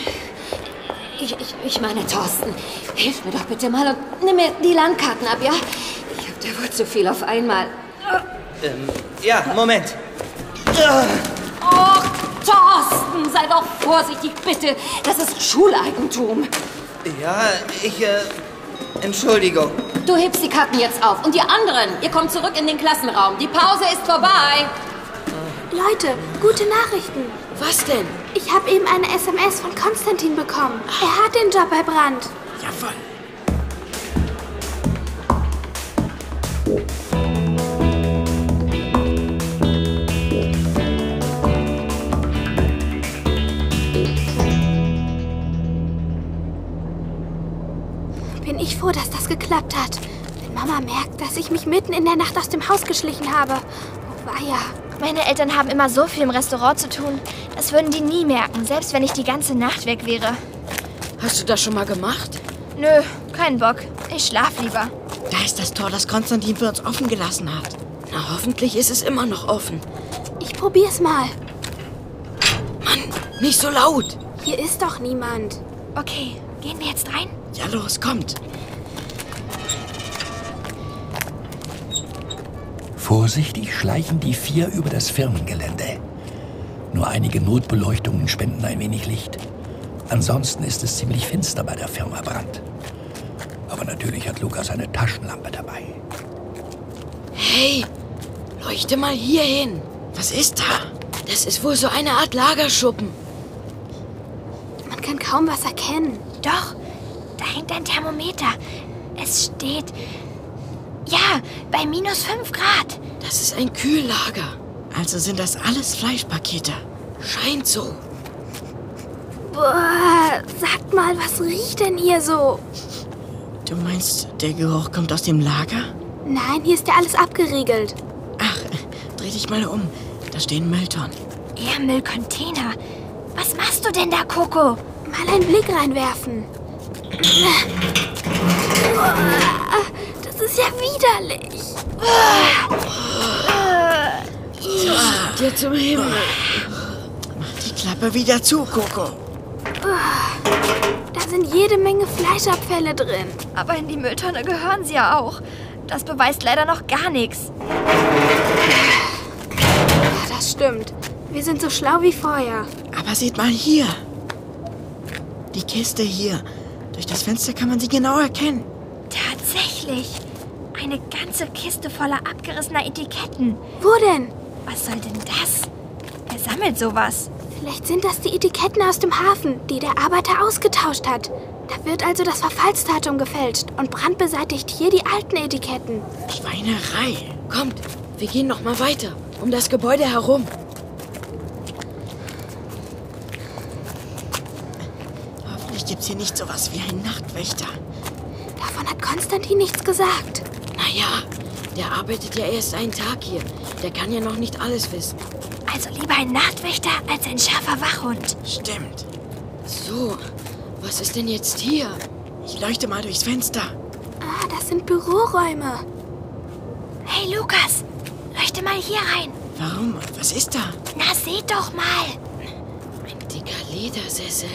Ich meine, Thorsten, hilf mir doch bitte mal und nimm mir die Landkarten ab, ja? Ich hab da wohl zu viel auf einmal. Ja, Moment. Och, Thorsten, sei doch vorsichtig, bitte. Das ist Schuleigentum. Ja, Entschuldigung. Du hebst die Karten jetzt auf. Und die anderen, ihr kommt zurück in den Klassenraum. Die Pause ist vorbei. Leute, gute Nachrichten. Was denn? Ich habe eben eine SMS von Konstantin bekommen. Er hat den Job bei Brandt. Jawohl. Bin ich froh, dass das geklappt hat. Wenn Mama merkt, dass ich mich mitten in der Nacht aus dem Haus geschlichen habe. Oh weia. Meine Eltern haben immer so viel im Restaurant zu tun. Das würden die nie merken, selbst wenn ich die ganze Nacht weg wäre. Hast du das schon mal gemacht? Nö, kein Bock. Ich schlaf lieber. Da ist das Tor, das Konstantin für uns offen gelassen hat. Na, hoffentlich ist es immer noch offen. Ich probier's mal. Mann, nicht so laut. Hier ist doch niemand. Okay, gehen wir jetzt rein? Ja, los, kommt. Vorsichtig schleichen die 4 über das Firmengelände. Nur einige Notbeleuchtungen spenden ein wenig Licht. Ansonsten ist es ziemlich finster bei der Firma Brandt. Aber natürlich hat Lukas eine Taschenlampe dabei. Hey, leuchte mal hier hin. Was ist da? Das ist wohl so eine Art Lagerschuppen. Man kann kaum was erkennen. Doch, da hängt ein Thermometer. Es steht... Ja, bei -5 Grad. Das ist ein Kühllager. Also sind das alles Fleischpakete. Scheint so. Boah, sagt mal, was riecht denn hier so? Du meinst, der Geruch kommt aus dem Lager? Nein, hier ist ja alles abgeriegelt. Ach, dreh dich mal um. Da stehen Mülltonnen. Eher Müllcontainer. Was machst du denn da, Coco? Mal einen Blick reinwerfen. Das ist ja widerlich. Dir zum Himmel. Mach die Klappe wieder zu, Coco. Da sind jede Menge Fleischabfälle drin. Aber in die Mülltonne gehören sie ja auch. Das beweist leider noch gar nichts. Ja, das stimmt. Wir sind so schlau wie vorher. Aber seht mal hier. Die Kiste hier. Durch das Fenster kann man sie genau erkennen. Tatsächlich. Eine ganze Kiste voller abgerissener Etiketten. Wo denn? Was soll denn das? Wer sammelt sowas? Vielleicht sind das die Etiketten aus dem Hafen, die der Arbeiter ausgetauscht hat. Da wird also das Verfallsdatum gefälscht und Brandt beseitigt hier die alten Etiketten. Schweinerei. Kommt, wir gehen noch mal weiter, um das Gebäude herum. Hoffentlich gibt's hier nicht sowas wie einen Nachtwächter. Davon hat Konstantin nichts gesagt. Naja, der arbeitet ja erst einen Tag hier. Der kann ja noch nicht alles wissen. Also lieber ein Nachtwächter als ein scharfer Wachhund. Stimmt. So, was ist denn jetzt hier? Ich leuchte mal durchs Fenster. Ah, das sind Büroräume. Hey, Lukas, leuchte mal hier rein. Warum? Was ist da? Na, seht doch mal. Ein dicker Ledersessel.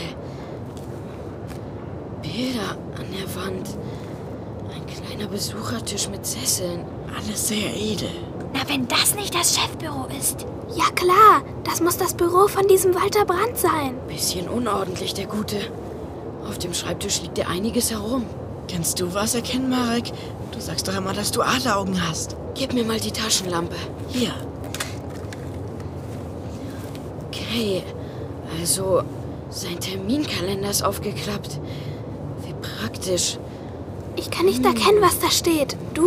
Bilder an der Wand. Ein kleiner Besuchertisch mit Sesseln. Alles sehr edel. Na, wenn das nicht das Chefbüro ist. Ja klar, das muss das Büro von diesem Walter Brandt sein. Bisschen unordentlich, der Gute. Auf dem Schreibtisch liegt ja einiges herum. Kannst du was erkennen, Marek? Du sagst doch immer, dass du Adleraugen hast. Gib mir mal die Taschenlampe. Hier. Okay, also sein Terminkalender ist aufgeklappt. Wie praktisch. Ich kann nicht erkennen, was da steht. Du?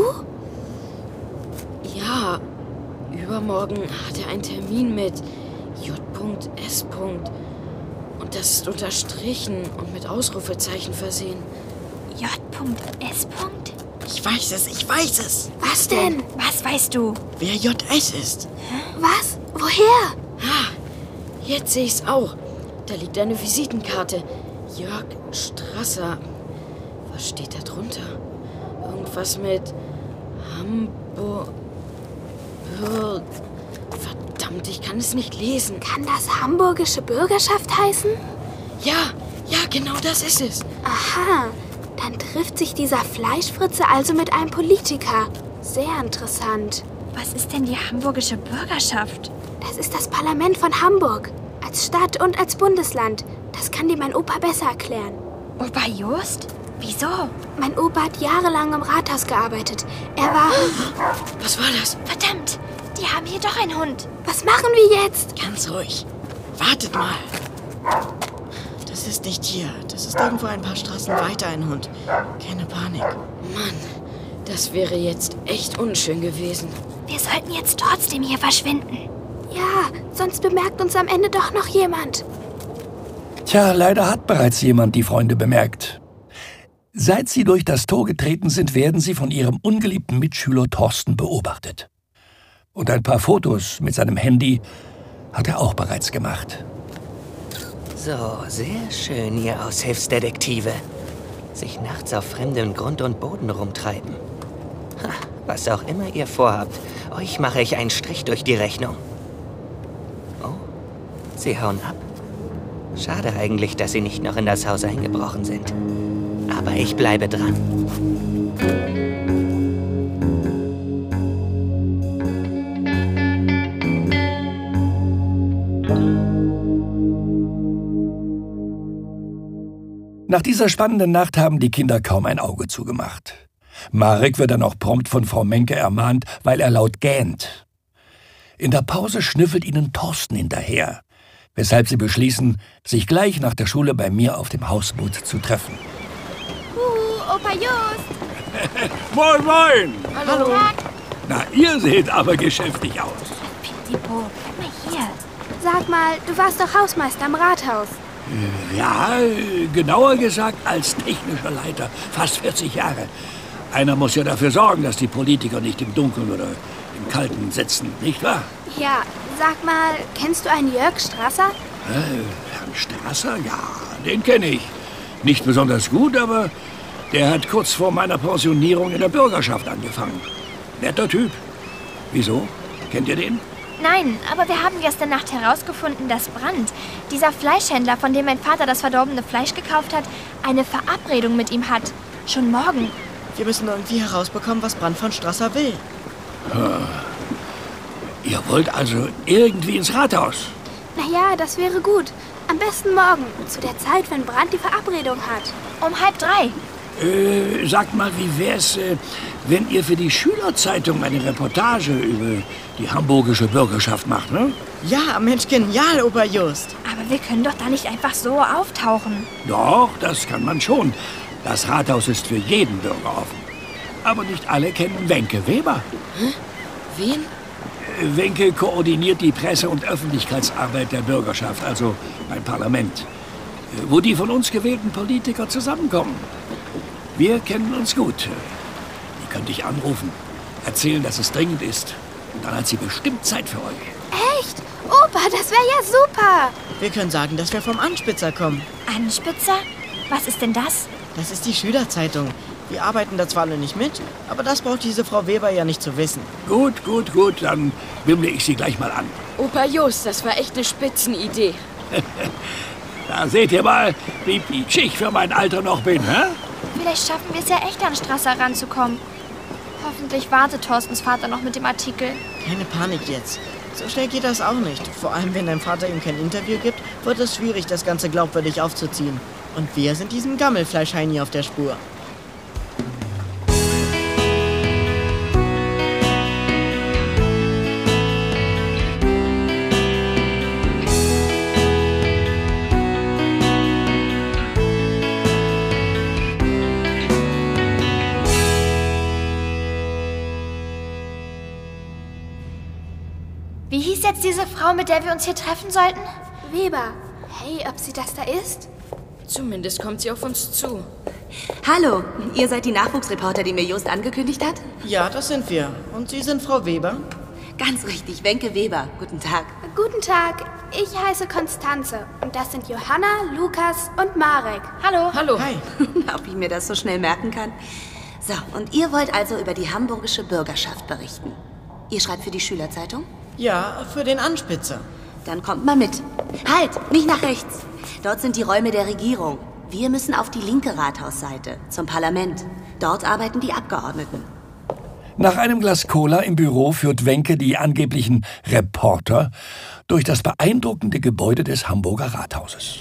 Ja, übermorgen hat er einen Termin mit J.S. Und das ist unterstrichen und mit Ausrufezeichen versehen. J.S. Ich weiß es. Was denn? Was weißt du? Wer JS ist. Was? Woher? Ah, jetzt sehe ich's auch. Da liegt eine Visitenkarte. Jörg Strasser. Was steht da drunter? Irgendwas mit Hamburg. Verdammt, ich kann es nicht lesen. Kann das hamburgische Bürgerschaft heißen? Ja, genau das ist es. Aha, dann trifft sich dieser Fleischfritze also mit einem Politiker. Sehr interessant. Was ist denn die hamburgische Bürgerschaft? Das ist das Parlament von Hamburg. Als Stadt und als Bundesland. Das kann dir mein Opa besser erklären. Opa Just? Wieso? Mein Opa hat jahrelang im Rathaus gearbeitet. Er war... Was war das? Verdammt, die haben hier doch einen Hund. Was machen wir jetzt? Ganz ruhig. Wartet mal. Das ist nicht hier. Das ist irgendwo ein paar Straßen weiter ein Hund. Keine Panik. Mann, das wäre jetzt echt unschön gewesen. Wir sollten jetzt trotzdem hier verschwinden. Ja, sonst bemerkt uns am Ende doch noch jemand. Tja, leider hat bereits jemand die Freunde bemerkt. Seit sie durch das Tor getreten sind, werden sie von ihrem ungeliebten Mitschüler Thorsten beobachtet. Und ein paar Fotos mit seinem Handy hat er auch bereits gemacht. So, sehr schön, ihr Aushilfsdetektive. Sich nachts auf fremdem Grund und Boden rumtreiben. Ha, was auch immer ihr vorhabt, euch mache ich einen Strich durch die Rechnung. Oh, sie hauen ab. Schade eigentlich, dass sie nicht noch in das Haus eingebrochen sind. Aber ich bleibe dran. Nach dieser spannenden Nacht haben die Kinder kaum ein Auge zugemacht. Marek wird dann auch prompt von Frau Menke ermahnt, weil er laut gähnt. In der Pause schnüffelt ihnen Thorsten hinterher, weshalb sie beschließen, sich gleich nach der Schule bei mir auf dem Hausboot zu treffen. Opa Just! Moin, moin! Hallo! Na, ihr seht aber geschäftig aus. Pipo, guck mal hier. Sag mal, du warst doch Hausmeister im Rathaus. Ja, genauer gesagt als technischer Leiter. Fast 40 Jahre. Einer muss ja dafür sorgen, dass die Politiker nicht im Dunkeln oder im Kalten sitzen, nicht wahr? Ja, sag mal, kennst du einen Jörg Strasser? Herrn Strasser? Ja, den kenne ich. Nicht besonders gut, aber der hat kurz vor meiner Pensionierung in der Bürgerschaft angefangen. Netter Typ. Wieso? Kennt ihr den? Nein, aber wir haben gestern Nacht herausgefunden, dass Brandt, dieser Fleischhändler, von dem mein Vater das verdorbene Fleisch gekauft hat, eine Verabredung mit ihm hat. Schon morgen. Wir müssen irgendwie herausbekommen, was Brandt von Strasser will. Ihr wollt also irgendwie ins Rathaus? Naja, das wäre gut. Am besten morgen, zu der Zeit, wenn Brandt die Verabredung hat. Um 2:30. Sagt mal, wie wär's, wenn ihr für die Schülerzeitung eine Reportage über die hamburgische Bürgerschaft macht, ne? Ja, Mensch, genial, Opa Just. Aber wir können doch da nicht einfach so auftauchen. Doch, das kann man schon. Das Rathaus ist für jeden Bürger offen. Aber nicht alle kennen Wenke Weber. Hä? Wen? Wenke koordiniert die Presse- und Öffentlichkeitsarbeit der Bürgerschaft, also beim Parlament, wo die von uns gewählten Politiker zusammenkommen. Wir kennen uns gut. Die könnte ich anrufen, erzählen, dass es dringend ist. Und dann hat sie bestimmt Zeit für euch. Echt? Opa, das wäre ja super. Wir können sagen, dass wir vom Anspitzer kommen. Anspitzer? Was ist denn das? Das ist die Schülerzeitung. Wir arbeiten da zwar alle nicht mit, aber das braucht diese Frau Weber ja nicht zu wissen. Gut, dann wimmle ich sie gleich mal an. Opa Just, das war echt eine Spitzenidee. Da seht ihr mal, wie peach ich für mein Alter noch bin, hä? Vielleicht schaffen wir es ja echt, an Strasser ranzukommen. Hoffentlich wartet Thorstens Vater noch mit dem Artikel. Keine Panik jetzt. So schnell geht das auch nicht. Vor allem, wenn dein Vater ihm kein Interview gibt, wird es schwierig, das Ganze glaubwürdig aufzuziehen. Und wir sind diesem Gammelfleischheini auf der Spur. Wie hieß jetzt diese Frau, mit der wir uns hier treffen sollten? Weber. Hey, ob sie das da ist? Zumindest kommt sie auf uns zu. Hallo, ihr seid die Nachwuchsreporter, die mir Just angekündigt hat? Ja, das sind wir. Und Sie sind Frau Weber? Ganz richtig, Wenke Weber. Guten Tag. Guten Tag, ich heiße Konstanze. Und das sind Johanna, Lukas und Marek. Hallo. Hallo. Hi. Ob ich mir das so schnell merken kann? So, und ihr wollt also über die hamburgische Bürgerschaft berichten. Ihr schreibt für die Schülerzeitung? Ja, für den Anspitzer. Dann kommt mal mit. Halt, nicht nach rechts. Dort sind die Räume der Regierung. Wir müssen auf die linke Rathausseite, zum Parlament. Dort arbeiten die Abgeordneten. Nach einem Glas Cola im Büro führt Wenke die angeblichen Reporter durch das beeindruckende Gebäude des Hamburger Rathauses.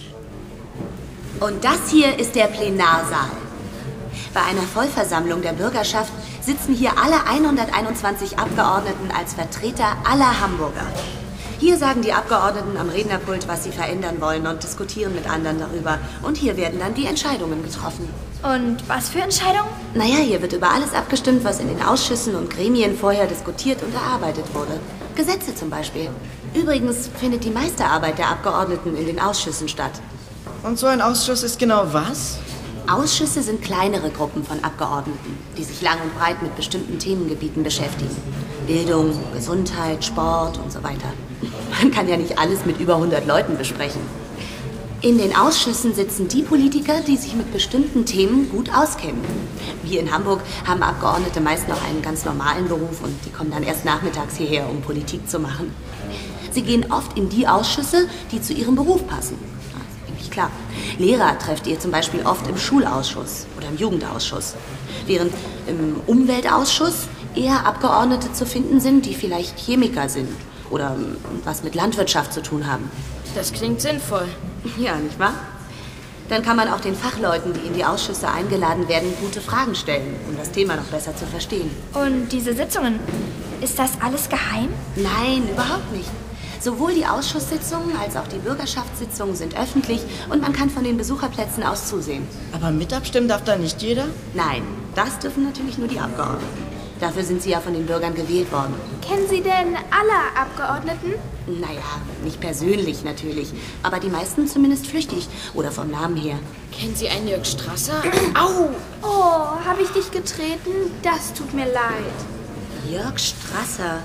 Und das hier ist der Plenarsaal. Bei einer Vollversammlung der Bürgerschaft sitzen hier alle 121 Abgeordneten als Vertreter aller Hamburger. Hier sagen die Abgeordneten am Rednerpult, was sie verändern wollen und diskutieren mit anderen darüber. Und hier werden dann die Entscheidungen getroffen. Und was für Entscheidungen? Naja, hier wird über alles abgestimmt, was in den Ausschüssen und Gremien vorher diskutiert und erarbeitet wurde. Gesetze zum Beispiel. Übrigens findet die meiste Arbeit der Abgeordneten in den Ausschüssen statt. Und so ein Ausschuss ist genau was? Ausschüsse sind kleinere Gruppen von Abgeordneten, die sich lang und breit mit bestimmten Themengebieten beschäftigen. Bildung, Gesundheit, Sport und so weiter. Man kann ja nicht alles mit über 100 Leuten besprechen. In den Ausschüssen sitzen die Politiker, die sich mit bestimmten Themen gut auskennen. Wir in Hamburg haben Abgeordnete meist noch einen ganz normalen Beruf und die kommen dann erst nachmittags hierher, um Politik zu machen. Sie gehen oft in die Ausschüsse, die zu ihrem Beruf passen. Das ist eigentlich klar. Lehrer trefft ihr zum Beispiel oft im Schulausschuss oder im Jugendausschuss. Während im Umweltausschuss eher Abgeordnete zu finden sind, die vielleicht Chemiker sind oder was mit Landwirtschaft zu tun haben. Das klingt sinnvoll. Ja, nicht wahr? Dann kann man auch den Fachleuten, die in die Ausschüsse eingeladen werden, gute Fragen stellen, um das Thema noch besser zu verstehen. Und diese Sitzungen, ist das alles geheim? Nein, überhaupt nicht. Sowohl die Ausschusssitzungen als auch die Bürgerschaftssitzungen sind öffentlich und man kann von den Besucherplätzen aus zusehen. Aber mit abstimmen darf da nicht jeder? Nein, das dürfen natürlich nur die Abgeordneten. Dafür sind sie ja von den Bürgern gewählt worden. Kennen Sie denn alle Abgeordneten? Naja, nicht persönlich natürlich, aber die meisten zumindest flüchtig oder vom Namen her. Kennen Sie einen Jörg Strasser? Au! Oh, habe ich dich getreten? Das tut mir leid. Jörg Strasser?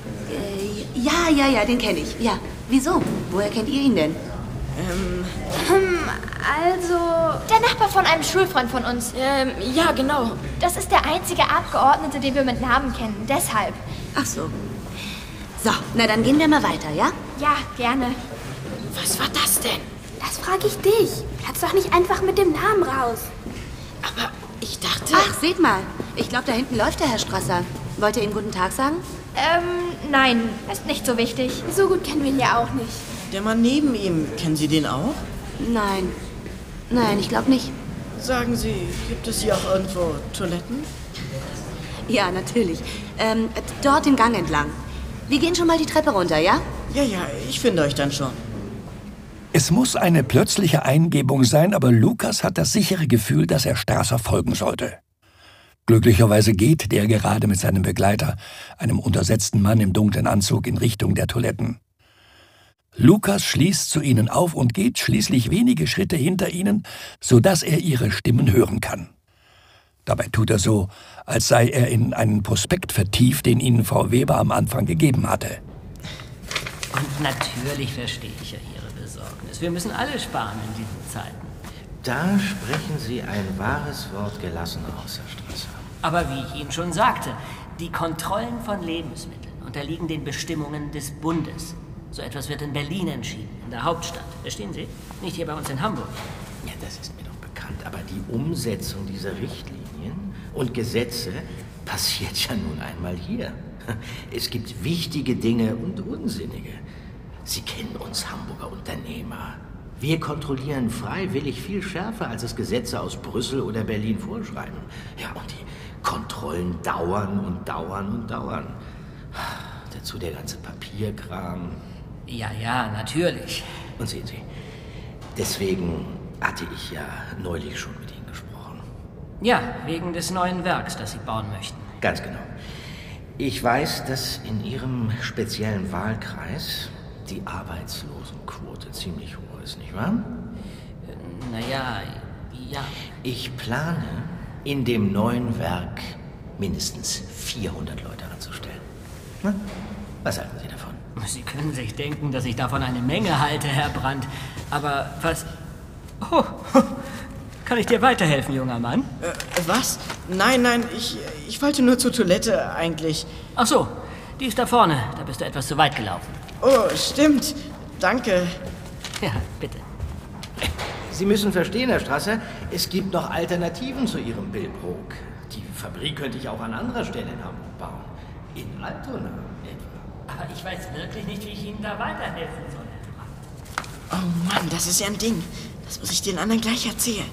Ja, den kenne ich. Ja, wieso? Woher kennt ihr ihn denn? Also... Der Nachbar von einem Schulfreund von uns. Ja, genau. Das ist der einzige Abgeordnete, den wir mit Namen kennen. Deshalb. Ach so. So, na dann gehen wir mal weiter, ja? Ja, gerne. Was war das denn? Das frage ich dich. Platz doch nicht einfach mit dem Namen raus. Aber ich dachte... Ach, seht mal. Ich glaube, da hinten läuft der Herr Strasser. Wollt ihr ihm guten Tag sagen? Nein, ist nicht so wichtig. So gut kennen wir ihn ja auch nicht. Der Mann neben ihm, kennen Sie den auch? Nein, ich glaube nicht. Sagen Sie, gibt es hier auch irgendwo Toiletten? Ja, natürlich. Dort den Gang entlang. Wir gehen schon mal die Treppe runter, ja? Ja, ich finde euch dann schon. Es muss eine plötzliche Eingebung sein, aber Lukas hat das sichere Gefühl, dass er Strasser folgen sollte. Glücklicherweise geht der gerade mit seinem Begleiter, einem untersetzten Mann im dunklen Anzug, in Richtung der Toiletten. Lukas schließt zu ihnen auf und geht schließlich wenige Schritte hinter ihnen, sodass er ihre Stimmen hören kann. Dabei tut er so, als sei er in einen Prospekt vertieft, den ihnen Frau Weber am Anfang gegeben hatte. Und natürlich verstehe ich ja Ihre Besorgnis. Wir müssen alle sparen in diesen Zeiten. Da sprechen Sie ein wahres Wort gelassen aus, Herr Strasser. Aber wie ich Ihnen schon sagte, die Kontrollen von Lebensmitteln unterliegen den Bestimmungen des Bundes. So etwas wird in Berlin entschieden, in der Hauptstadt. Verstehen Sie? Nicht hier bei uns in Hamburg. Ja, das ist mir doch bekannt. Aber die Umsetzung dieser Richtlinien und Gesetze passiert ja nun einmal hier. Es gibt wichtige Dinge und unsinnige. Sie kennen uns Hamburger Unternehmer. Wir kontrollieren freiwillig viel schärfer, als es Gesetze aus Brüssel oder Berlin vorschreiben. Ja, und die Kontrollen dauern und dauern und dauern. Dazu der ganze Papierkram. Ja, natürlich. Und sehen Sie, deswegen hatte ich ja neulich schon mit Ihnen gesprochen. Ja, wegen des neuen Werks, das Sie bauen möchten. Ganz genau. Ich weiß, dass in Ihrem speziellen Wahlkreis die Arbeitslosenquote ziemlich hoch ist, nicht wahr? Naja, ja. Ich plane, in dem neuen Werk mindestens 400 Leute anzustellen. Na, was halten Sie davon? Sie können sich denken, dass ich davon eine Menge halte, Herr Brandt. Aber was... Oh, kann ich dir weiterhelfen, junger Mann? Was? Nein, ich wollte nur zur Toilette eigentlich. Ach so, die ist da vorne. Da bist du etwas zu weit gelaufen. Oh, stimmt. Danke. Ja, bitte. Sie müssen verstehen, Herr Strasser, es gibt noch Alternativen zu Ihrem Billbrook. Die Fabrik könnte ich auch an anderer Stelle in Hamburg bauen. In Altona etwa. Aber ich weiß wirklich nicht, wie ich Ihnen da weiterhelfen soll, Herr Brandt. Oh Mann, das ist ja ein Ding. Das muss ich den anderen gleich erzählen.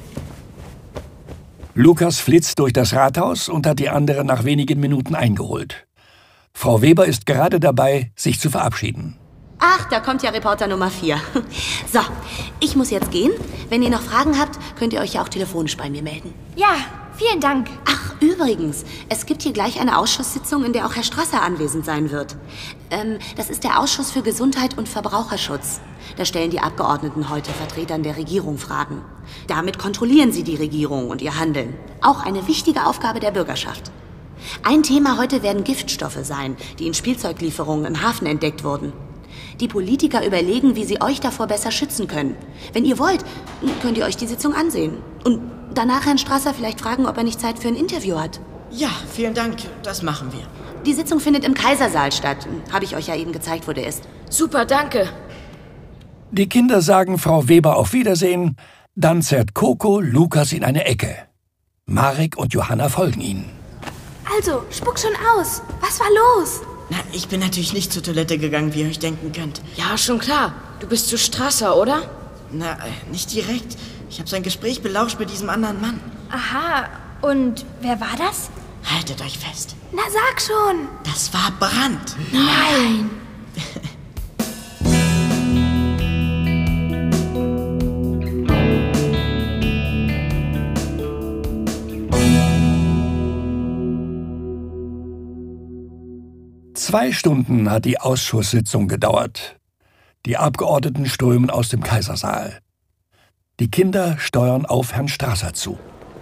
Lukas flitzt durch das Rathaus und hat die anderen nach wenigen Minuten eingeholt. Frau Weber ist gerade dabei, sich zu verabschieden. Ach, da kommt ja Reporter Nummer 4. So, ich muss jetzt gehen. Wenn ihr noch Fragen habt, könnt ihr euch ja auch telefonisch bei mir melden. Ja, vielen Dank. Ach, übrigens, es gibt hier gleich eine Ausschusssitzung, in der auch Herr Strasser anwesend sein wird. Das ist der Ausschuss für Gesundheit und Verbraucherschutz. Da stellen die Abgeordneten heute Vertretern der Regierung Fragen. Damit kontrollieren sie die Regierung und ihr Handeln. Auch eine wichtige Aufgabe der Bürgerschaft. Ein Thema heute werden Giftstoffe sein, die in Spielzeuglieferungen im Hafen entdeckt wurden. Die Politiker überlegen, wie sie euch davor besser schützen können. Wenn ihr wollt, könnt ihr euch die Sitzung ansehen. Und danach Herrn Strasser vielleicht fragen, ob er nicht Zeit für ein Interview hat. Ja, vielen Dank. Das machen wir. Die Sitzung findet im Kaisersaal statt. Habe ich euch ja eben gezeigt, wo der ist. Super, danke. Die Kinder sagen Frau Weber auf Wiedersehen. Dann zerrt Coco Lukas in eine Ecke. Marek und Johanna folgen ihnen. Also, spuck schon aus. Was war los? Na, ich bin natürlich nicht zur Toilette gegangen, wie ihr euch denken könnt. Ja, schon klar. Du bist zu Strasser, oder? Na, nicht direkt. Ich habe sein Gespräch belauscht mit diesem anderen Mann. Aha, und wer war das? Haltet euch fest. Na, sag schon. Das war Brandt. Nein. 2 Stunden hat die Ausschusssitzung gedauert. Die Abgeordneten strömen aus dem Kaisersaal. Die Kinder steuern auf Herrn Strasser zu.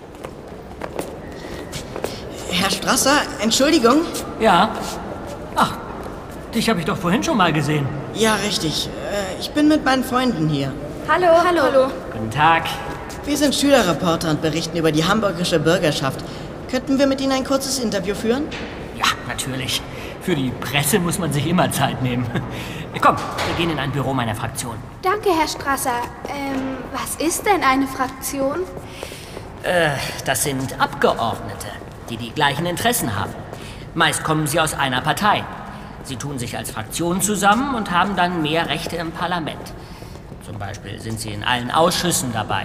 Herr Strasser, Entschuldigung? Ja? Ach, dich habe ich doch vorhin schon mal gesehen. Ja, richtig. Ich bin mit meinen Freunden hier. Hallo. Hallo. Guten Tag. Wir sind Schülerreporter und berichten über die hamburgische Bürgerschaft. Könnten wir mit Ihnen ein kurzes Interview führen? Ja, natürlich. Für die Presse muss man sich immer Zeit nehmen. Komm, wir gehen in ein Büro meiner Fraktion. Danke, Herr Strasser. Was ist denn eine Fraktion? Das sind Abgeordnete, die die gleichen Interessen haben. Meist kommen sie aus einer Partei. Sie tun sich als Fraktion zusammen und haben dann mehr Rechte im Parlament. Zum Beispiel sind sie in allen Ausschüssen dabei.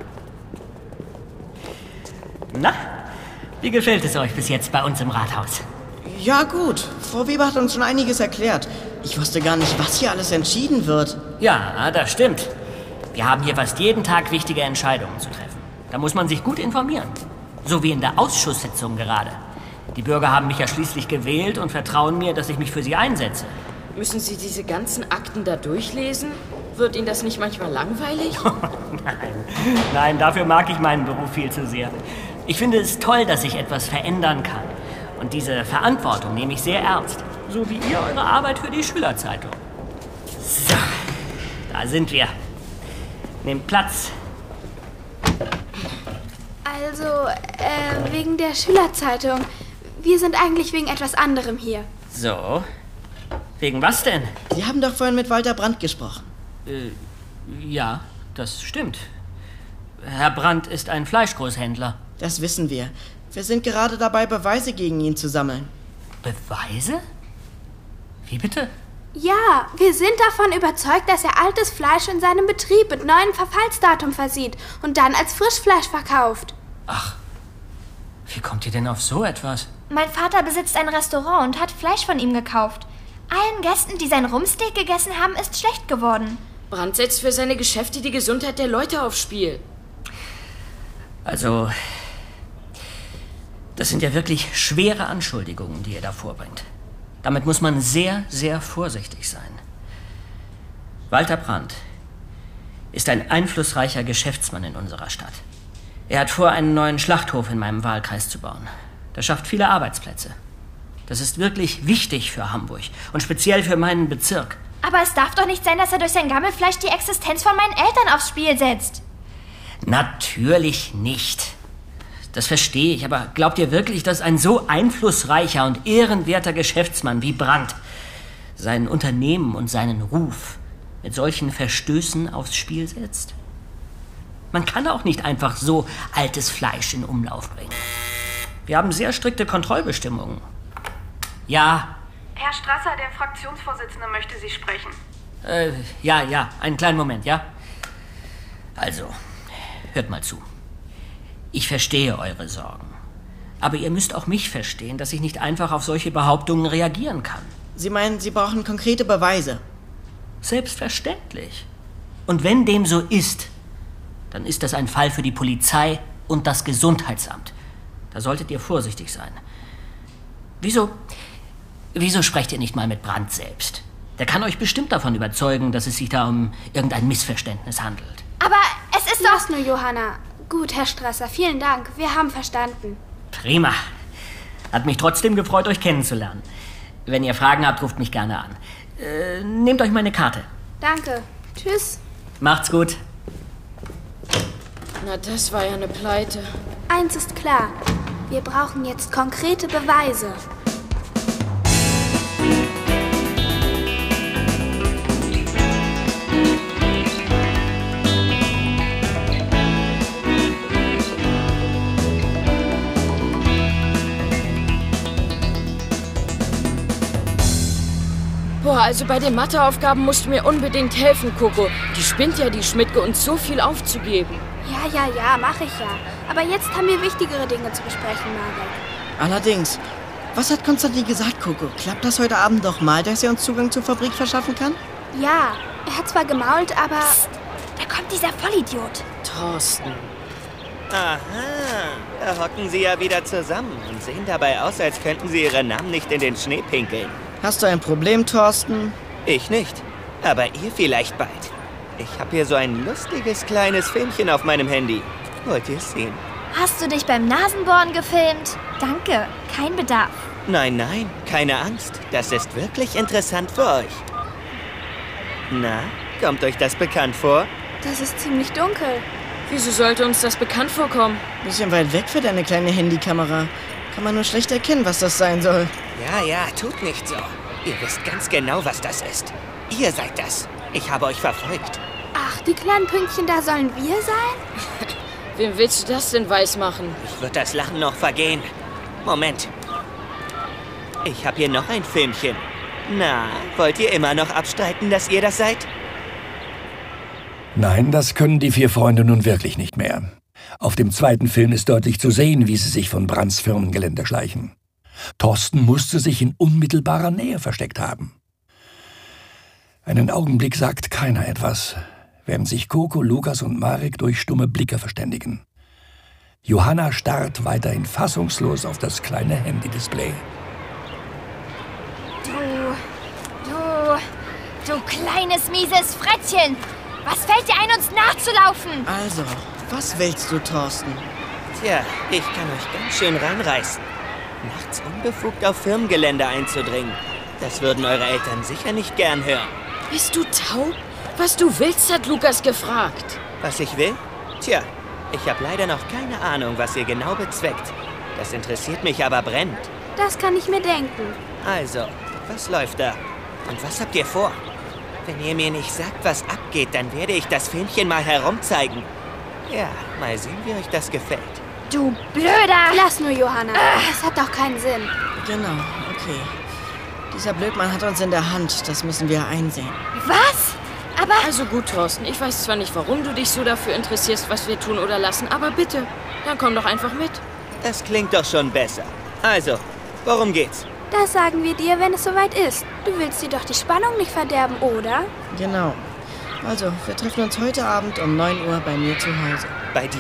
Na, wie gefällt es euch bis jetzt bei uns im Rathaus? Ja, gut. Frau Weber hat uns schon einiges erklärt. Ich wusste gar nicht, was hier alles entschieden wird. Ja, das stimmt. Wir haben hier fast jeden Tag wichtige Entscheidungen zu treffen. Da muss man sich gut informieren. So wie in der Ausschusssitzung gerade. Die Bürger haben mich ja schließlich gewählt und vertrauen mir, dass ich mich für sie einsetze. Müssen Sie diese ganzen Akten da durchlesen? Wird Ihnen das nicht manchmal langweilig? Nein, dafür mag ich meinen Beruf viel zu sehr. Ich finde es toll, dass ich etwas verändern kann. Und diese Verantwortung nehme ich sehr ernst. So wie ihr eure Arbeit für die Schülerzeitung. So, da sind wir. Nehmt Platz. Also, wegen der Schülerzeitung. Wir sind eigentlich wegen etwas anderem hier. So. Wegen was denn? Sie haben doch vorhin mit Walter Brandt gesprochen. Ja, das stimmt. Herr Brandt ist ein Fleischgroßhändler. Das wissen wir. Wir sind gerade dabei, Beweise gegen ihn zu sammeln. Beweise? Wie bitte? Ja, wir sind davon überzeugt, dass er altes Fleisch in seinem Betrieb mit neuem Verfallsdatum versieht und dann als Frischfleisch verkauft. Ach, wie kommt ihr denn auf so etwas? Mein Vater besitzt ein Restaurant und hat Fleisch von ihm gekauft. Allen Gästen, die sein Rumpsteak gegessen haben, ist schlecht geworden. Brandt setzt für seine Geschäfte die Gesundheit der Leute aufs Spiel. Also, Das sind ja wirklich schwere Anschuldigungen, die ihr da vorbringt. Damit muss man sehr, sehr vorsichtig sein. Walter Brandt ist ein einflussreicher Geschäftsmann in unserer Stadt. Er hat vor, einen neuen Schlachthof in meinem Wahlkreis zu bauen. Das schafft viele Arbeitsplätze. Das ist wirklich wichtig für Hamburg und speziell für meinen Bezirk. Aber es darf doch nicht sein, dass er durch sein Gammelfleisch die Existenz von meinen Eltern aufs Spiel setzt. Natürlich nicht. Das verstehe ich, aber glaubt ihr wirklich, dass ein so einflussreicher und ehrenwerter Geschäftsmann wie Brandt sein Unternehmen und seinen Ruf mit solchen Verstößen aufs Spiel setzt? Man kann auch nicht einfach so altes Fleisch in Umlauf bringen. Wir haben sehr strikte Kontrollbestimmungen. Ja. Herr Strasser, der Fraktionsvorsitzende, möchte Sie sprechen. Ja, einen kleinen Moment, ja? Also, hört mal zu. Ich verstehe eure Sorgen. Aber ihr müsst auch mich verstehen, dass ich nicht einfach auf solche Behauptungen reagieren kann. Sie meinen, Sie brauchen konkrete Beweise? Selbstverständlich. Und wenn dem so ist, dann ist das ein Fall für die Polizei und das Gesundheitsamt. Da solltet ihr vorsichtig sein. Wieso sprecht ihr nicht mal mit Brandt selbst? Der kann euch bestimmt davon überzeugen, dass es sich da um irgendein Missverständnis handelt. Aber es ist doch nur, Johanna. Gut, Herr Strasser, vielen Dank. Wir haben verstanden. Prima. Hat mich trotzdem gefreut, euch kennenzulernen. Wenn ihr Fragen habt, ruft mich gerne an. Nehmt euch meine Karte. Danke. Tschüss. Macht's gut. Na, das war ja eine Pleite. Eins ist klar. Wir brauchen jetzt konkrete Beweise. Boah, also bei den Matheaufgaben musst du mir unbedingt helfen, Coco. Die spinnt ja, die Schmidtke, uns so viel aufzugeben. Ja, mach ich ja. Aber jetzt haben wir wichtigere Dinge zu besprechen, Marek. Allerdings. Was hat Konstantin gesagt, Coco? Klappt das heute Abend doch mal, dass er uns Zugang zur Fabrik verschaffen kann? Ja, er hat zwar gemault, aber... Psst, da kommt dieser Vollidiot. Thorsten. Aha, da hocken sie ja wieder zusammen und sehen dabei aus, als könnten sie ihre Namen nicht in den Schnee pinkeln. Hast du ein Problem, Thorsten? Ich nicht, aber ihr vielleicht bald. Ich habe hier so ein lustiges kleines Filmchen auf meinem Handy. Wollt ihr es sehen? Hast du dich beim Nasenbohren gefilmt? Danke, kein Bedarf. Nein, keine Angst. Das ist wirklich interessant für euch. Na, kommt euch das bekannt vor? Das ist ziemlich dunkel. Wieso sollte uns das bekannt vorkommen? Bisschen weit weg für deine kleine Handykamera. Kann man nur schlecht erkennen, was das sein soll. Ja, tut nicht so. Ihr wisst ganz genau, was das ist. Ihr seid das. Ich habe euch verfolgt. Ach, die kleinen Pünktchen da sollen wir sein? Wem willst du das denn weismachen? Ich würde das Lachen noch vergehen. Moment. Ich habe hier noch ein Filmchen. Na, wollt ihr immer noch abstreiten, dass ihr das seid? Nein, das können die 4 Freunde nun wirklich nicht mehr. Auf dem zweiten Film ist deutlich zu sehen, wie sie sich von Brandts Firmengelände schleichen. Thorsten musste sich in unmittelbarer Nähe versteckt haben. Einen Augenblick sagt keiner etwas, während sich Coco, Lukas und Marek durch stumme Blicke verständigen. Johanna starrt weiterhin fassungslos auf das kleine Handy-Display. Du kleines, mieses Frettchen! Was fällt dir ein, uns nachzulaufen? Also, was willst du, Thorsten? Tja, ich kann euch ganz schön reinreißen. Nachts unbefugt auf Firmengelände einzudringen. Das würden eure Eltern sicher nicht gern hören. Bist du taub? Was du willst, hat Lukas gefragt. Was ich will? Tja, ich habe leider noch keine Ahnung, was ihr genau bezweckt. Das interessiert mich aber brennend. Das kann ich mir denken. Also, was läuft da? Und was habt ihr vor? Wenn ihr mir nicht sagt, was abgeht, dann werde ich das Filmchen mal herumzeigen. Ja, mal sehen, wie euch das gefällt. Du Blöder! Lass nur, Johanna. Das hat doch keinen Sinn. Genau, okay. Dieser Blödmann hat uns in der Hand. Das müssen wir einsehen. Was? Aber... Also gut, Thorsten. Ich weiß zwar nicht, warum du dich so dafür interessierst, was wir tun oder lassen, aber bitte, dann komm doch einfach mit. Das klingt doch schon besser. Also, worum geht's? Das sagen wir dir, wenn es soweit ist. Du willst dir doch die Spannung nicht verderben, oder? Genau. Also, wir treffen uns heute Abend um 9 Uhr bei mir zu Hause. Bei dir?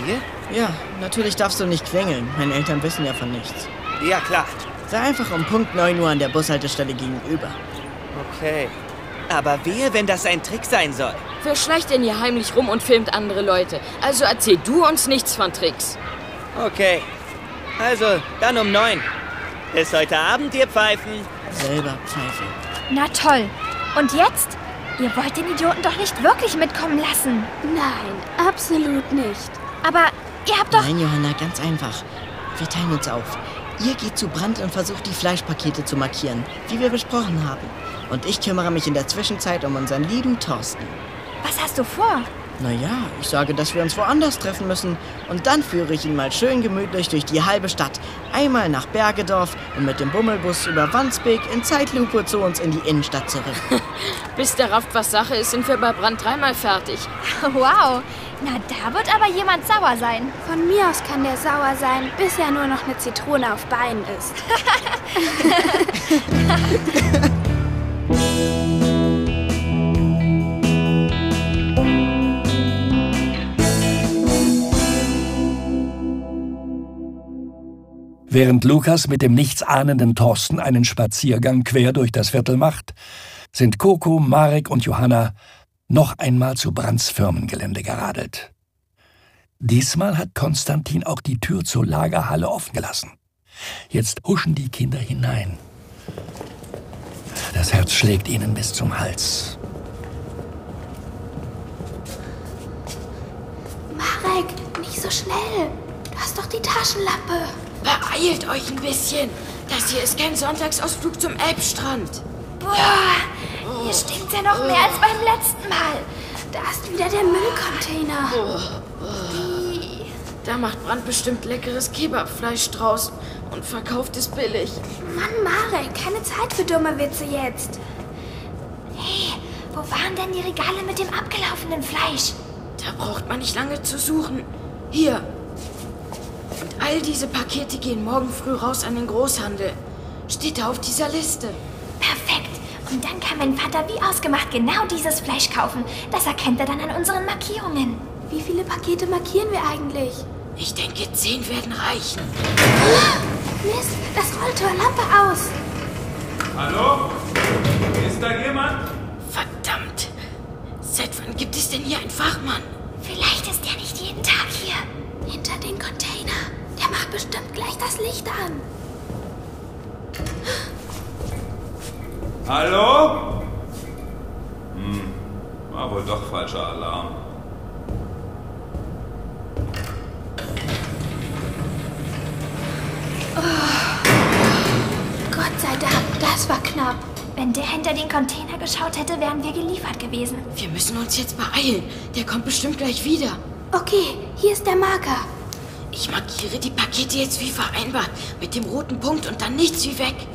Ja, natürlich darfst du nicht klingeln. Meine Eltern wissen ja von nichts. Ja, klar. Sei einfach um Punkt 9 Uhr an der Bushaltestelle gegenüber. Okay. Aber wehe, wenn das ein Trick sein soll. Wer schleicht denn hier heimlich rum und filmt andere Leute? Also erzähl du uns nichts von Tricks. Okay. Also, dann um 9. Bis heute Abend, ihr Pfeifen. Selber Pfeife. Na toll. Und jetzt? Ihr wollt den Idioten doch nicht wirklich mitkommen lassen. Nein, absolut nicht. Aber ihr habt doch... Nein, Johanna, ganz einfach. Wir teilen uns auf. Ihr geht zu Brand und versucht, die Fleischpakete zu markieren, wie wir besprochen haben. Und ich kümmere mich in der Zwischenzeit um unseren lieben Thorsten. Was hast du vor? Naja, ich sage, dass wir uns woanders treffen müssen. Und dann führe ich ihn mal schön gemütlich durch die halbe Stadt. Einmal nach Bergedorf und mit dem Bummelbus über Wandsbek in Zeitlupe zu uns in die Innenstadt zurück. Bis der rafft, was Sache ist, sind wir bei Brand 3-mal fertig. Wow, na da wird aber jemand sauer sein. Von mir aus kann der sauer sein, bis er nur noch eine Zitrone auf Beinen ist. Während Lukas mit dem nichtsahnenden Thorsten einen Spaziergang quer durch das Viertel macht, sind Coco, Marek und Johanna noch einmal zu Brands Firmengelände geradelt. Diesmal hat Konstantin auch die Tür zur Lagerhalle offen gelassen. Jetzt huschen die Kinder hinein. Das Herz schlägt ihnen bis zum Hals. Marek, nicht so schnell. Du hast doch die Taschenlampe. Beeilt euch ein bisschen. Das hier ist kein Sonntagsausflug zum Elbstrand. Boah, hier stinkt ja noch mehr als beim letzten Mal. Da ist wieder der Müllcontainer. Da macht Brand bestimmt leckeres Kebabfleisch draus und verkauft es billig. Mann, Marek, keine Zeit für dumme Witze jetzt. Hey, wo waren denn die Regale mit dem abgelaufenen Fleisch? Da braucht man nicht lange zu suchen. Hier. Und all diese Pakete gehen morgen früh raus an den Großhandel. Steht da auf dieser Liste. Perfekt. Und dann kann mein Vater wie ausgemacht genau dieses Fleisch kaufen. Das erkennt er dann an unseren Markierungen. Wie viele Pakete markieren wir eigentlich? Ich denke, 10 werden reichen. Mist, das Rolltor, Lampe aus. Hallo? Ist da jemand? Verdammt. Seit wann gibt es denn hier einen Fachmann? Vielleicht ist er nicht jeden Tag hier. Hinter den Container. Der macht bestimmt gleich das Licht an. Hallo? War wohl doch falscher Alarm. Oh. Gott sei Dank, das war knapp. Wenn der hinter den Container geschaut hätte, wären wir geliefert gewesen. Wir müssen uns jetzt beeilen. Der kommt bestimmt gleich wieder. Okay, hier ist der Marker. Ich markiere die Pakete jetzt wie vereinbart. Mit dem roten Punkt und dann nichts wie weg.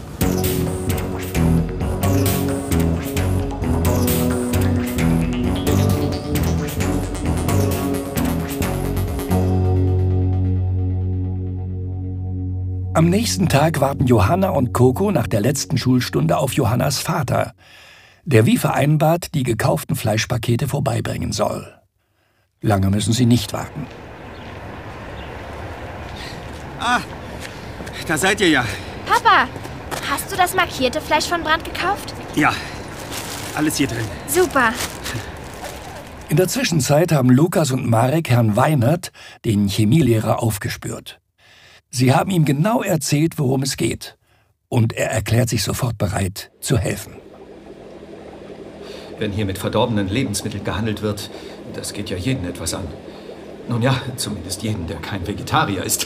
Am nächsten Tag warten Johanna und Coco nach der letzten Schulstunde auf Johannas Vater, der wie vereinbart die gekauften Fleischpakete vorbeibringen soll. Lange müssen sie nicht warten. Ah, da seid ihr ja. Papa, hast du das markierte Fleisch von Brand gekauft? Ja, alles hier drin. Super. In der Zwischenzeit haben Lukas und Marek Herrn Weinert, den Chemielehrer, aufgespürt. Sie haben ihm genau erzählt, worum es geht. Und er erklärt sich sofort bereit, zu helfen. Wenn hier mit verdorbenen Lebensmitteln gehandelt wird, das geht ja jeden etwas an. Nun ja, zumindest jeden, der kein Vegetarier ist.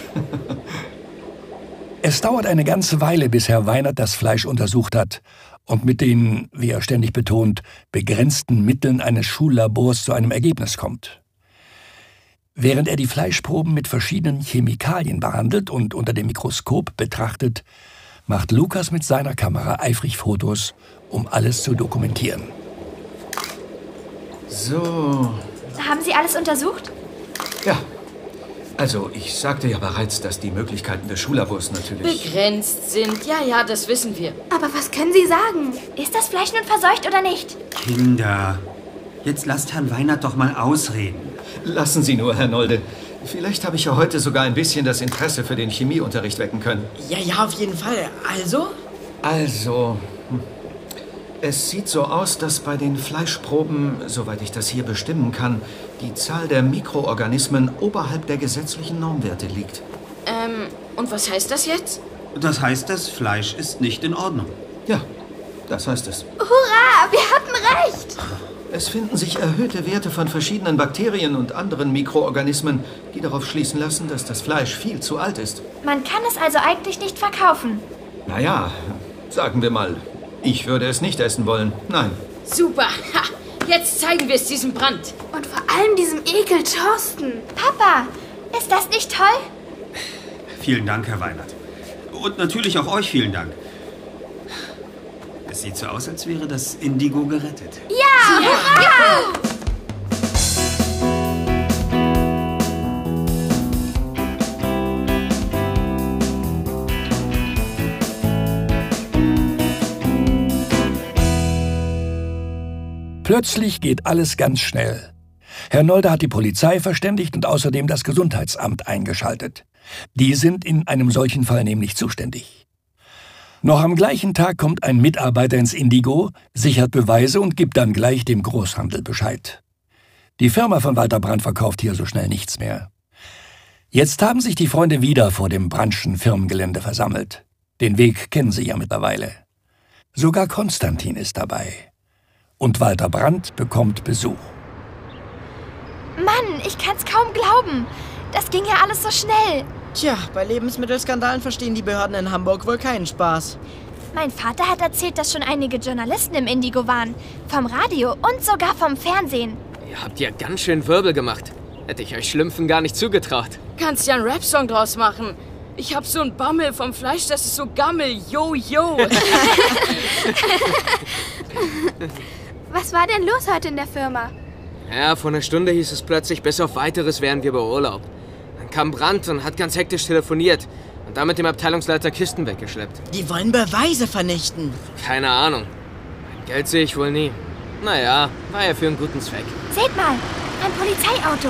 Es dauert eine ganze Weile, bis Herr Weinert das Fleisch untersucht hat und mit den, wie er ständig betont, begrenzten Mitteln eines Schullabors zu einem Ergebnis kommt. Während er die Fleischproben mit verschiedenen Chemikalien behandelt und unter dem Mikroskop betrachtet, macht Lukas mit seiner Kamera eifrig Fotos, um alles zu dokumentieren. So. Haben Sie alles untersucht? Ja. Also, ich sagte ja bereits, dass die Möglichkeiten des Schullabors natürlich begrenzt sind. Ja, das wissen wir. Aber was können Sie sagen? Ist das Fleisch nun verseucht oder nicht? Kinder, jetzt lasst Herrn Weinert doch mal ausreden. Lassen Sie nur, Herr Nolde. Vielleicht habe ich ja heute sogar ein bisschen das Interesse für den Chemieunterricht wecken können. Ja, auf jeden Fall. Also, es sieht so aus, dass bei den Fleischproben, soweit ich das hier bestimmen kann, die Zahl der Mikroorganismen oberhalb der gesetzlichen Normwerte liegt. Und was heißt das jetzt? Das heißt, das Fleisch ist nicht in Ordnung. Ja, das heißt es. Hurra, wir hatten recht! Es finden sich erhöhte Werte von verschiedenen Bakterien und anderen Mikroorganismen, die darauf schließen lassen, dass das Fleisch viel zu alt ist. Man kann es also eigentlich nicht verkaufen. Naja, sagen wir mal, ich würde es nicht essen wollen. Nein. Super! Ha, jetzt zeigen wir es diesem Brand. Und vor allem diesem Ekel Thorsten. Papa, ist das nicht toll? Vielen Dank, Herr Weinert. Und natürlich auch euch vielen Dank. Es sieht so aus, als wäre das Indigo gerettet. Ja! Hurra! Plötzlich geht alles ganz schnell. Herr Nolde hat die Polizei verständigt und außerdem das Gesundheitsamt eingeschaltet. Die sind in einem solchen Fall nämlich zuständig. Noch am gleichen Tag kommt ein Mitarbeiter ins Indigo, sichert Beweise und gibt dann gleich dem Großhandel Bescheid. Die Firma von Walter Brandt verkauft hier so schnell nichts mehr. Jetzt haben sich die Freunde wieder vor dem Brandtschen Firmengelände versammelt. Den Weg kennen sie ja mittlerweile. Sogar Konstantin ist dabei. Und Walter Brandt bekommt Besuch. Mann, ich kann's kaum glauben. Das ging ja alles so schnell. Tja, bei Lebensmittelskandalen verstehen die Behörden in Hamburg wohl keinen Spaß. Mein Vater hat erzählt, dass schon einige Journalisten im Indigo waren. Vom Radio und sogar vom Fernsehen. Ihr habt ja ganz schön Wirbel gemacht. Hätte ich euch Schlümpfen gar nicht zugetraut. Kannst ja einen Rap-Song draus machen. Ich hab so einen Bammel vom Fleisch, das ist so Gammel. Yo, yo. Was war denn los heute in der Firma? Ja, vor einer Stunde hieß es plötzlich, bis auf Weiteres wären wir bei Urlaub. Dann kam Brandt und hat ganz hektisch telefoniert und damit dem Abteilungsleiter Kisten weggeschleppt. Die wollen Beweise vernichten. Keine Ahnung. Mein Geld sehe ich wohl nie. Naja, war ja für einen guten Zweck. Seht mal, ein Polizeiauto.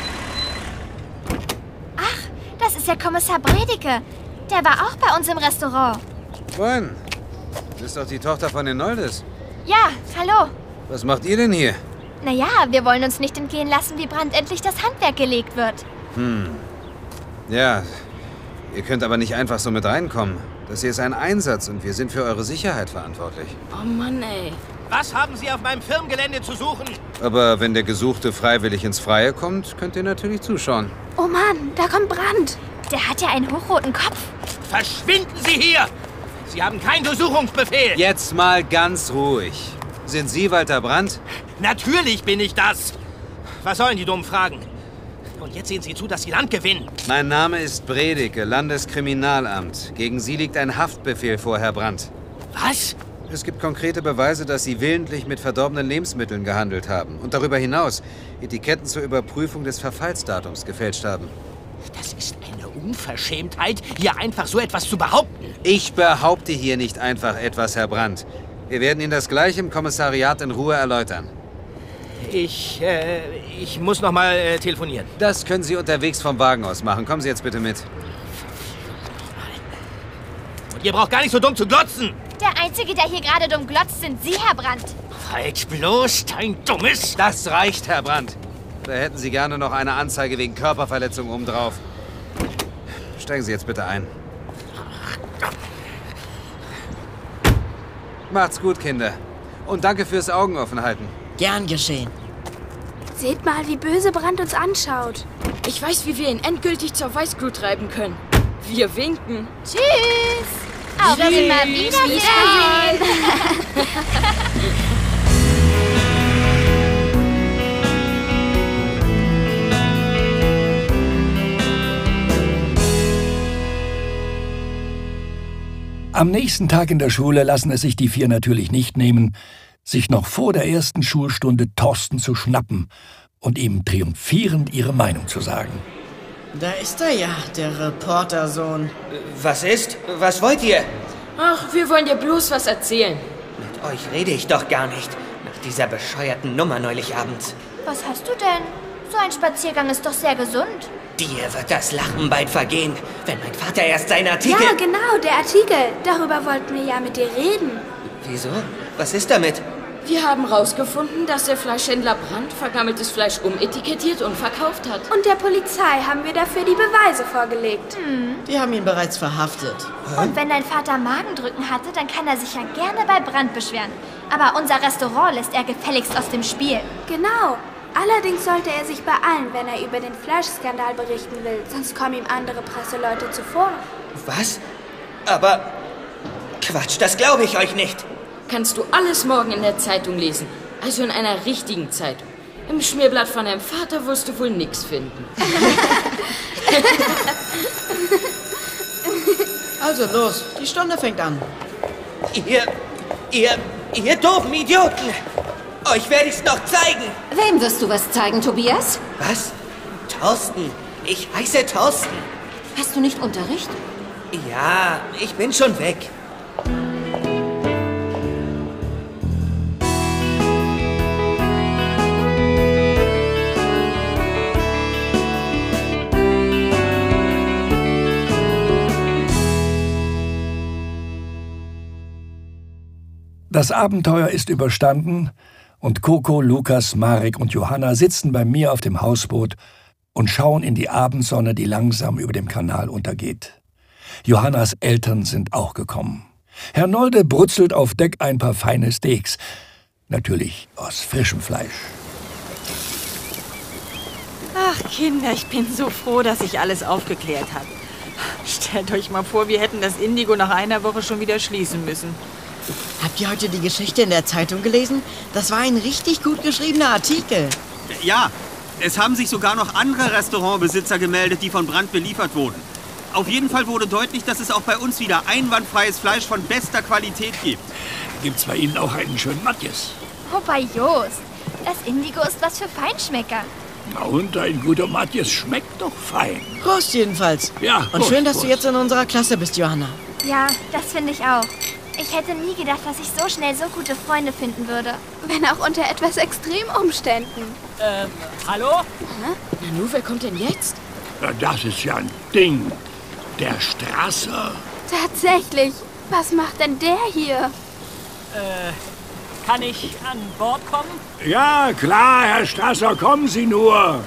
Ach, das ist der Kommissar Bredeke. Der war auch bei uns im Restaurant. Moin. Du bist doch die Tochter von den Noldes. Ja, hallo. Was macht ihr denn hier? Naja, wir wollen uns nicht entgehen lassen, wie Brandt endlich das Handwerk gelegt wird. Ja, ihr könnt aber nicht einfach so mit reinkommen. Das hier ist ein Einsatz und wir sind für eure Sicherheit verantwortlich. Oh Mann, ey. Was haben Sie auf meinem Firmengelände zu suchen? Aber wenn der Gesuchte freiwillig ins Freie kommt, könnt ihr natürlich zuschauen. Oh Mann, da kommt Brandt. Der hat ja einen hochroten Kopf. Verschwinden Sie hier! Sie haben keinen Durchsuchungsbefehl. Jetzt mal ganz ruhig. Sind Sie Walter Brandt? Natürlich bin ich das. Was sollen die dummen Fragen? Und jetzt sehen Sie zu, dass Sie Land gewinnen. Mein Name ist Bredeke, Landeskriminalamt. Gegen Sie liegt ein Haftbefehl vor, Herr Brandt. Was? Es gibt konkrete Beweise, dass Sie willentlich mit verdorbenen Lebensmitteln gehandelt haben. Und darüber hinaus Etiketten zur Überprüfung des Verfallsdatums gefälscht haben. Das ist eine Unverschämtheit, hier einfach so etwas zu behaupten. Ich behaupte hier nicht einfach etwas, Herr Brandt. Wir werden Ihnen das gleich im Kommissariat in Ruhe erläutern. Ich muss noch mal telefonieren. Das können Sie unterwegs vom Wagen aus machen. Kommen Sie jetzt bitte mit. Und ihr braucht gar nicht so dumm zu glotzen. Der Einzige, der hier gerade dumm glotzt, sind Sie, Herr Brandt. Falsch bloß, dein Dummes. Das reicht, Herr Brandt. Da hätten Sie gerne noch eine Anzeige wegen Körperverletzung obendrauf. Steigen Sie jetzt bitte ein. Macht's gut, Kinder. Und danke fürs Augen offen halten. Gern geschehen. Seht mal, wie böse Brandt uns anschaut. Ich weiß, wie wir ihn endgültig zur Weißglut treiben können. Wir winken. Tschüss. Auf immer Wiedersehen. Am nächsten Tag in der Schule lassen es sich die vier natürlich nicht nehmen, sich noch vor der ersten Schulstunde Thorsten zu schnappen und ihm triumphierend ihre Meinung zu sagen. Da ist er ja, der Reportersohn. Was ist? Was wollt ihr? Ach, wir wollen dir bloß was erzählen. Mit euch rede ich doch gar nicht. Nach dieser bescheuerten Nummer neulich abends. Was hast du denn? So ein Spaziergang ist doch sehr gesund. Dir wird das Lachen bald vergehen, wenn mein Vater erst seinen Artikel... Ja, genau, der Artikel. Darüber wollten wir ja mit dir reden. Wieso? Was ist damit? Wir haben rausgefunden, dass der Fleischhändler Brandt vergammeltes Fleisch umetikettiert und verkauft hat. Und der Polizei haben wir dafür die Beweise vorgelegt. Die haben ihn bereits verhaftet. Und wenn dein Vater Magendrücken hatte, dann kann er sich ja gerne bei Brandt beschweren. Aber unser Restaurant lässt er gefälligst aus dem Spiel. Genau. Allerdings sollte er sich beeilen, wenn er über den Fleischskandal berichten will. Sonst kommen ihm andere Presseleute zuvor. Was? Aber... Quatsch, das glaube ich euch nicht. Kannst du alles morgen in der Zeitung lesen. Also in einer richtigen Zeitung. Im Schmierblatt von deinem Vater wirst du wohl nichts finden. Also los, die Stunde fängt an. Ihr doofen Idioten! Euch werde ich's noch zeigen! Wem wirst du was zeigen, Tobias? Was? Thorsten. Ich heiße Thorsten. Hast du nicht Unterricht? Ja, ich bin schon weg. Das Abenteuer ist überstanden und Coco, Lukas, Marek und Johanna sitzen bei mir auf dem Hausboot und schauen in die Abendsonne, die langsam über dem Kanal untergeht. Johannas Eltern sind auch gekommen. Herr Nolde brutzelt auf Deck ein paar feine Steaks. Natürlich aus frischem Fleisch. Ach, Kinder, ich bin so froh, dass sich alles aufgeklärt hat. Stellt euch mal vor, wir hätten das Indigo nach einer Woche schon wieder schließen müssen. Habt ihr heute die Geschichte in der Zeitung gelesen? Das war ein richtig gut geschriebener Artikel. Ja, es haben sich sogar noch andere Restaurantbesitzer gemeldet, die von Brandt beliefert wurden. Auf jeden Fall wurde deutlich, dass es auch bei uns wieder einwandfreies Fleisch von bester Qualität gibt. Gibt's bei Ihnen auch einen schönen Matjes? Oh, bei Jost. Das Indigo ist was für Feinschmecker. Na und, ein guter Matjes schmeckt doch fein. Prost jedenfalls. Ja, und Prost, schön, dass Prost. du jetzt in unserer Klasse bist, Johanna. Ja, das finde ich auch. Ich hätte nie gedacht, dass ich so schnell so gute Freunde finden würde. Wenn auch unter etwas Extremumständen. Hallo? Nanu, wer kommt denn jetzt? Na, das ist ja ein Ding. Der Strasser. Tatsächlich. Was macht denn der hier? Kann ich an Bord kommen? Ja, klar, Herr Strasser, kommen Sie nur.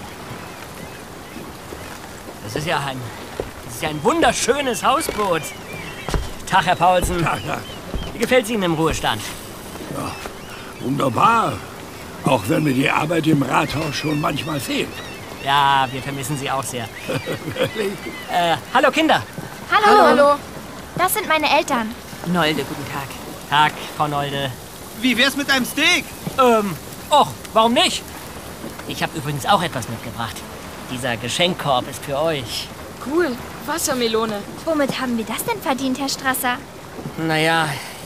Das ist ja ein wunderschönes Hausboot. Tag, Herr Paulsen. Tag. Wie gefällt es Ihnen im Ruhestand? Ja, wunderbar. Auch wenn mir die Arbeit im Rathaus schon manchmal fehlt. Ja, wir vermissen Sie auch sehr. Hallo, Kinder. Hallo. Das sind meine Eltern. Nolde, guten Tag. Tag, Frau Nolde. Wie wär's mit einem Steak? Warum nicht? Ich habe übrigens auch etwas mitgebracht. Dieser Geschenkkorb ist für euch. Cool. Wassermelone. Womit haben wir das denn verdient, Herr Strasser? Naja,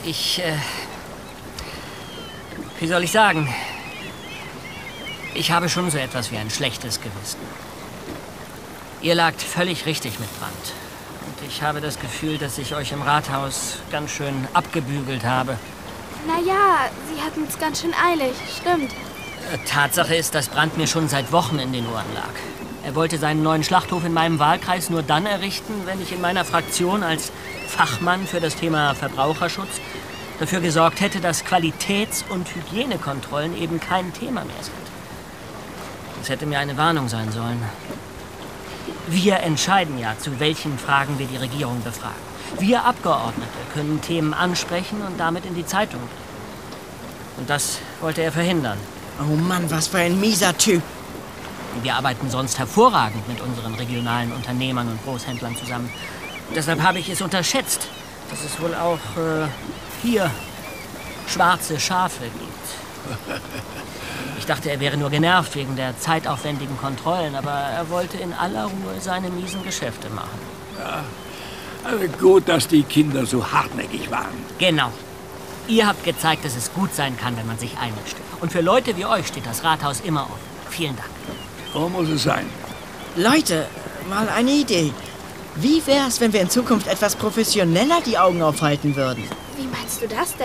wie soll ich sagen? Ich habe schon so etwas wie ein schlechtes Gewissen. Ihr lagt völlig richtig mit Brandt. Und ich habe das Gefühl, dass ich euch im Rathaus ganz schön abgebügelt habe. Naja, Sie hatten es ganz schön eilig, stimmt. Tatsache ist, dass Brandt mir schon seit Wochen in den Ohren lag. Er wollte seinen neuen Schlachthof in meinem Wahlkreis nur dann errichten, wenn ich in meiner Fraktion als Fachmann für das Thema Verbraucherschutz dafür gesorgt hätte, dass Qualitäts- und Hygienekontrollen eben kein Thema mehr sind. Das hätte mir eine Warnung sein sollen. Wir entscheiden ja, zu welchen Fragen wir die Regierung befragen. Wir Abgeordnete können Themen ansprechen und damit in die Zeitung bringen. Und das wollte er verhindern. Oh Mann, was für ein mieser Typ. Wir arbeiten sonst hervorragend mit unseren regionalen Unternehmern und Großhändlern zusammen. Deshalb habe ich es unterschätzt, dass es wohl auch hier schwarze Schafe gibt. Ich dachte, er wäre nur genervt wegen der zeitaufwendigen Kontrollen, aber er wollte in aller Ruhe seine miesen Geschäfte machen. Ja, also gut, dass die Kinder so hartnäckig waren. Genau. Ihr habt gezeigt, dass es gut sein kann, wenn man sich einmischt. Und für Leute wie euch steht das Rathaus immer offen. Vielen Dank. So muss es sein. Leute, mal eine Idee. Wie wär's, wenn wir in Zukunft etwas professioneller die Augen aufhalten würden? Wie meinst du das denn?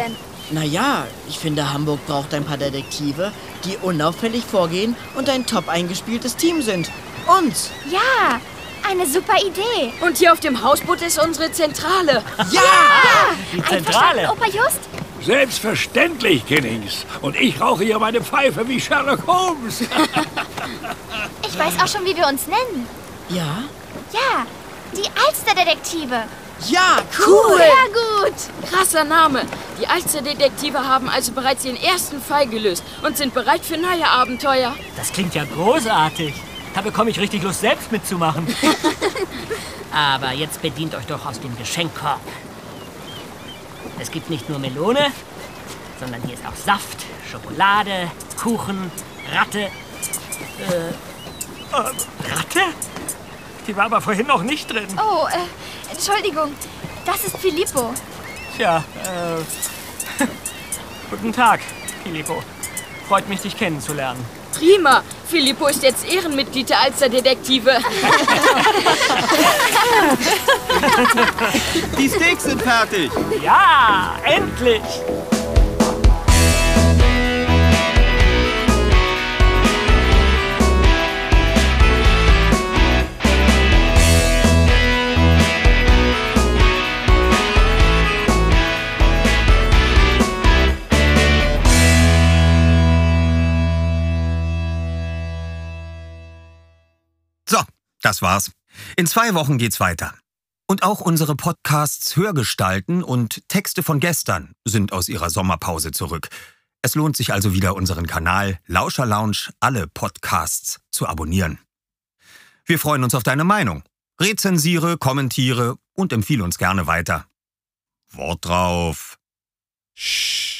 Naja, ich finde, Hamburg braucht ein paar Detektive, die unauffällig vorgehen und ein top eingespieltes Team sind. Uns! Ja, eine super Idee. Und hier auf dem Hausboot ist unsere Zentrale. Ja! Die Zentrale. Opa Just? Selbstverständlich, Kinnings. Und ich rauche hier meine Pfeife wie Sherlock Holmes. Ich weiß auch schon, wie wir uns nennen. Ja? Ja, die Alsterdetektive. Ja, Cool. Sehr gut. Krasser Name. Die Alsterdetektive haben also bereits ihren ersten Fall gelöst und sind bereit für neue Abenteuer. Das klingt ja großartig. Da bekomme ich richtig Lust, selbst mitzumachen. Aber jetzt bedient euch doch aus dem Geschenkkorb. Es gibt nicht nur Melone, sondern hier ist auch Saft, Schokolade, Kuchen, Ratte. Ratte? Die war aber vorhin noch nicht drin. Oh, Entschuldigung. Das ist Filippo. Tja, guten Tag, Filippo. Freut mich, dich kennenzulernen. Prima. Filippo ist jetzt Ehrenmitglied der Alsterdetektive. Die Steaks sind fertig. Ja, endlich. So, das war's. In 2 Wochen geht's weiter. Und auch unsere Podcasts Hörgestalten und Texte von gestern sind aus ihrer Sommerpause zurück. Es lohnt sich also wieder, unseren Kanal Lauscher Lounge alle Podcasts zu abonnieren. Wir freuen uns auf deine Meinung. Rezensiere, kommentiere und empfehle uns gerne weiter. Wort drauf. Shh.